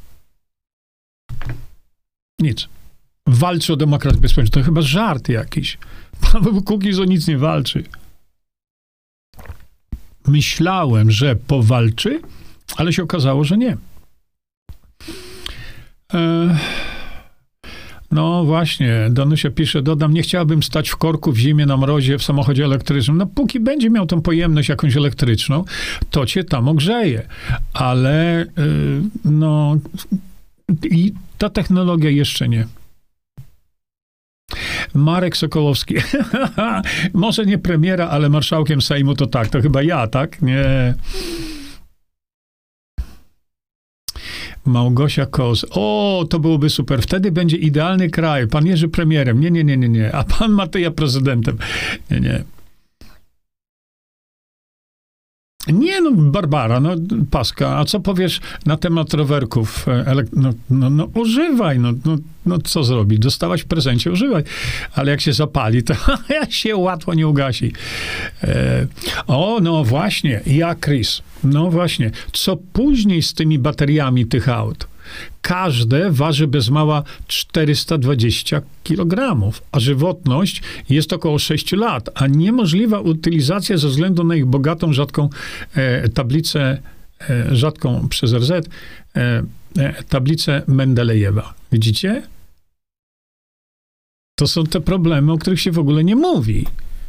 Nic. Walczy o demokrację bezpieczną. To chyba żart jakiś. Paweł Kukiz o nic nie walczy. Myślałem, że powalczy, ale się okazało, że nie. No właśnie, Danusia pisze, dodam, nie chciałabym stać w korku w zimie, na mrozie, w samochodzie elektrycznym. No póki będzie miał tą pojemność jakąś elektryczną, to cię tam ogrzeje. Ale no i ta technologia jeszcze nie. Marek Sokołowski. Może nie premiera, ale marszałkiem Sejmu to tak. To chyba ja, tak? Nie. Małgosia Kos. O, to byłoby super. Wtedy będzie idealny kraj. Pan Jerzy premierem. Nie. A pan Matyja prezydentem. Nie. Nie, no Barbara, no Paska, a co powiesz na temat rowerków? No używaj, no co zrobić? Dostałaś w prezencie, używaj. Ale jak się zapali, to się łatwo nie ugasi. No właśnie, Chris. No właśnie, co później z tymi bateriami tych aut? Każde waży bez mała 420 kg, a żywotność jest około 6 lat, a niemożliwa utylizacja ze względu na ich bogatą, rzadką tablicę, rzadką przez RZ, tablicę Mendelejewa. Widzicie? To są te problemy, o których się w ogóle nie mówi.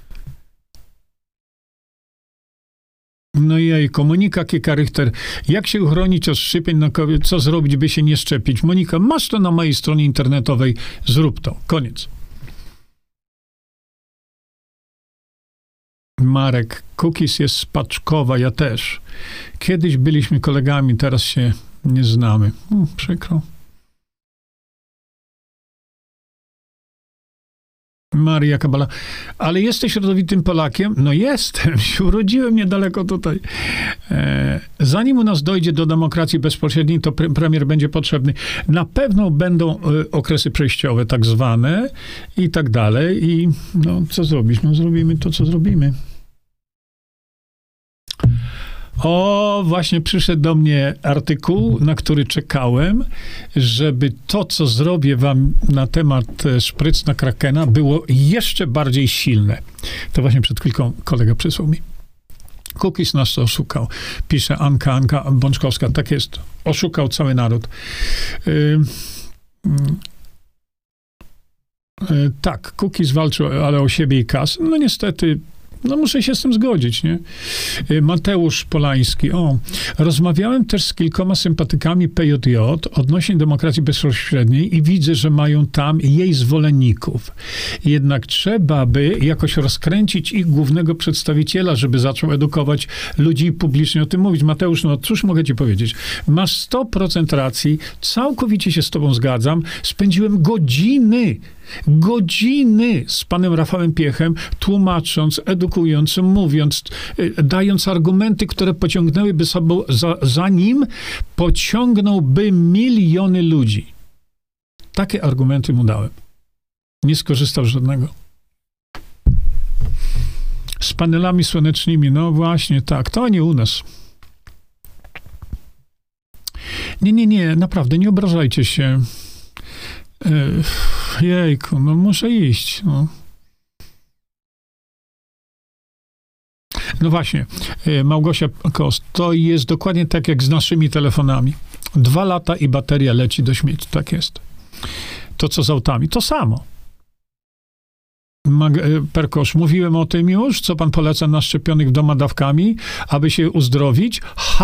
No jejku, Monika Kieka-Richter. Jak się uchronić od szczepień na COVID? Co zrobić, by się nie szczepić? Monika, masz to na mojej stronie internetowej. Zrób to. Koniec. Marek, Kukiz jest z Paczkowa, ja też. Kiedyś byliśmy kolegami, teraz się nie znamy. Przykro. Maria Kabala. Ale jesteś rodowitym Polakiem? No jestem. Się urodziłem niedaleko tutaj. Zanim u nas dojdzie do demokracji bezpośredniej, to premier będzie potrzebny. Na pewno będą okresy przejściowe tak zwane i tak dalej. I no, co zrobić? No zrobimy to, co zrobimy. O, właśnie przyszedł do mnie artykuł, na który czekałem, żeby to, co zrobię wam na temat szpryc na Krakena, było jeszcze bardziej silne. To właśnie przed chwilką kolega przysłał mi. Kukiz nas oszukał. Pisze Anka Bączkowska. Tak jest. Oszukał cały naród. Tak, Kukiz walczył, ale o siebie i kas. No niestety, no muszę się z tym zgodzić, nie? Mateusz Polański. Rozmawiałem też z kilkoma sympatykami PJJ odnośnie demokracji bezpośredniej i widzę, że mają tam jej zwolenników. Jednak trzeba by jakoś rozkręcić ich głównego przedstawiciela, żeby zaczął edukować ludzi i publicznie o tym mówić. Mateusz, no cóż mogę ci powiedzieć? Masz 100% racji, całkowicie się z tobą zgadzam. Spędziłem godziny z panem Rafałem Piechem, tłumacząc, edukując, mówiąc, dając argumenty, które pociągnęłyby sobą, za nim pociągnąłby miliony ludzi. Takie argumenty mu dałem. Nie skorzystał z żadnego. Z panelami słonecznymi, no właśnie tak, to nie u nas. Nie, naprawdę, nie obrażajcie się. Jejku, no muszę iść. No właśnie, Małgosia Kost, to jest dokładnie tak jak z naszymi telefonami. 2 lata i bateria leci do śmieci. Tak jest. To co z autami? To samo. Perkosz, mówiłem o tym już, co pan poleca na szczepionych doma dawkami, aby się uzdrowić.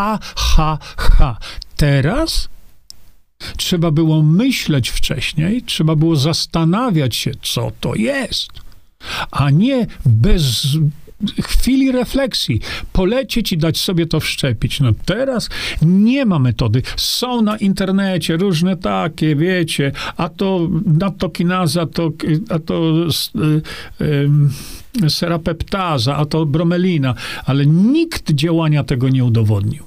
Teraz trzeba było myśleć wcześniej, trzeba było zastanawiać się, co to jest, a nie bez chwili refleksji polecieć i dać sobie to wszczepić. No teraz nie ma metody. Są na internecie różne takie, wiecie, a to nadtokinaza, a to serapeptaza, a to bromelina, ale nikt działania tego nie udowodnił.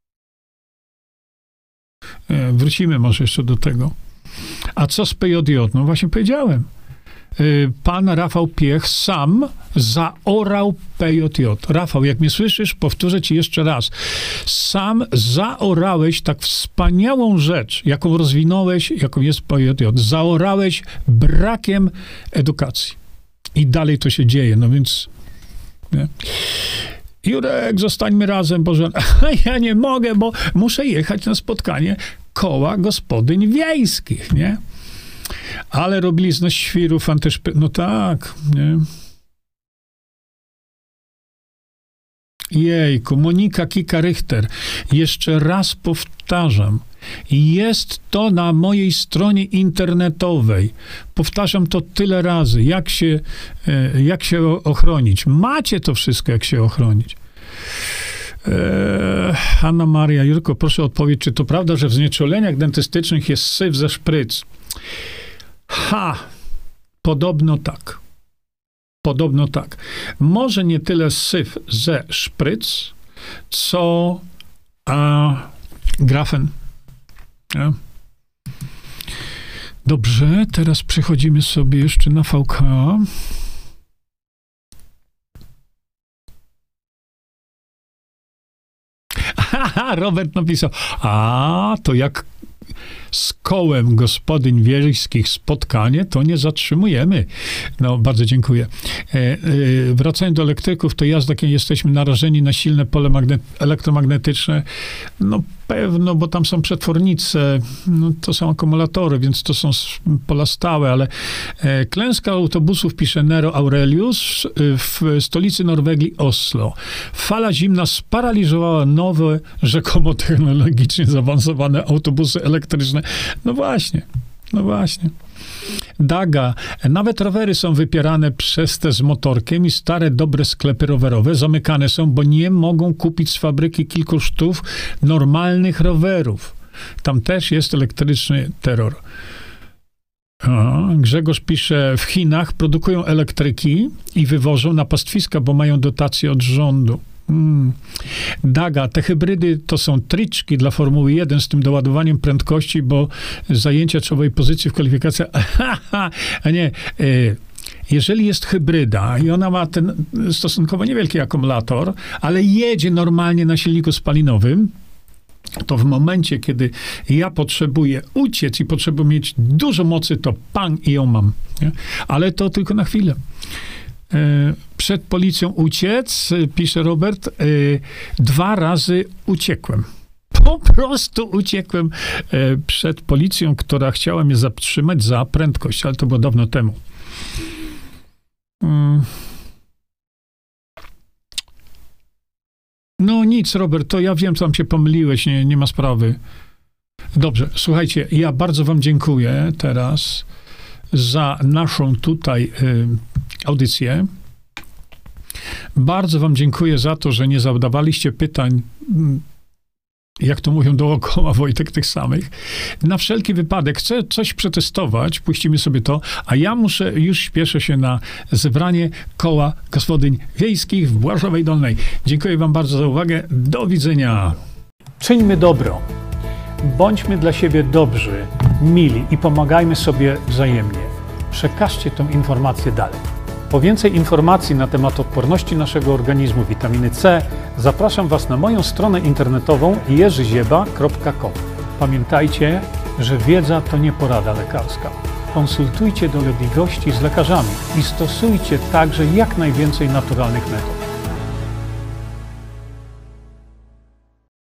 Wrócimy może jeszcze do tego. A co z PJJ? No właśnie powiedziałem. Pan Rafał Piech sam zaorał PJJ. Rafał, jak mnie słyszysz, powtórzę ci jeszcze raz. Sam zaorałeś tak wspaniałą rzecz, jaką rozwinąłeś, jaką jest PJJ. Zaorałeś brakiem edukacji. I dalej to się dzieje, no więc... Nie? Jurek, zostańmy razem, Boże. Ja nie mogę, bo muszę jechać na spotkanie koła gospodyń wiejskich, nie? Ale robili z nas świrów, no tak, nie? Jejku, Monika Kika-Rychter. Jeszcze raz powtarzam. Jest to na mojej stronie internetowej. Powtarzam to tyle razy. Jak się ochronić. Macie to wszystko, jak się ochronić. Anna Maria, Jurko, proszę odpowiedź, czy to prawda, że w znieczuleniach dentystycznych jest syf ze szpryc? Podobno tak. Podobno tak. Może nie tyle syf ze szpryc, co grafen. Nie? Dobrze, teraz przechodzimy sobie jeszcze na VK. Robert napisał, to jak z kołem gospodyń wiejskich spotkanie, to nie zatrzymujemy. No, bardzo dziękuję. Wracając do elektryków, to jazda, kiedy jesteśmy narażeni na silne pole elektromagnetyczne, no pewno, bo tam są przetwornice, no, to są akumulatory, więc to są pola stałe, ale klęska autobusów, pisze Nero Aurelius, w stolicy Norwegii Oslo. Fala zimna sparaliżowała nowe, rzekomo technologicznie zaawansowane autobusy elektryczne. No właśnie. Daga. Nawet rowery są wypierane przez te z motorkiem i stare, dobre sklepy rowerowe zamykane są, bo nie mogą kupić z fabryki kilku sztuk normalnych rowerów. Tam też jest elektryczny terror. Grzegorz pisze, w Chinach produkują elektryki i wywożą na pastwiska, bo mają dotacje od rządu. Daga, te hybrydy to są triczki dla Formuły 1 z tym doładowaniem prędkości, bo zajęcia czołowej pozycji w kwalifikacjach, a nie, jeżeli jest hybryda i ona ma ten stosunkowo niewielki akumulator, ale jedzie normalnie na silniku spalinowym, to w momencie, kiedy ja potrzebuję uciec i potrzebuję mieć dużo mocy, to pang i ją mam. Nie? Ale to tylko na chwilę. Przed policją uciec, pisze Robert, 2 razy uciekłem. Po prostu uciekłem przed policją, która chciała mnie zatrzymać za prędkość, ale to było dawno temu. No nic, Robert, to ja wiem, tam się pomyliłeś, nie ma sprawy. Dobrze, słuchajcie, ja bardzo wam dziękuję teraz za naszą tutaj audycję. Bardzo wam dziękuję za to, że nie zadawaliście pytań, jak to mówią dookoła, Wojtek, tych samych. Na wszelki wypadek chcę coś przetestować, puścimy sobie to, a ja już śpieszę się na zebranie koła gospodyń wiejskich w Błażowej Dolnej. Dziękuję wam bardzo za uwagę. Do widzenia. Czyńmy dobro. Bądźmy dla siebie dobrzy, mili i pomagajmy sobie wzajemnie. Przekażcie tę informację dalej. Po więcej informacji na temat odporności naszego organizmu witaminy C zapraszam Was na moją stronę internetową jerzyzieba.com. Pamiętajcie, że wiedza to nie porada lekarska. Konsultujcie dolegliwości z lekarzami i stosujcie także jak najwięcej naturalnych metod.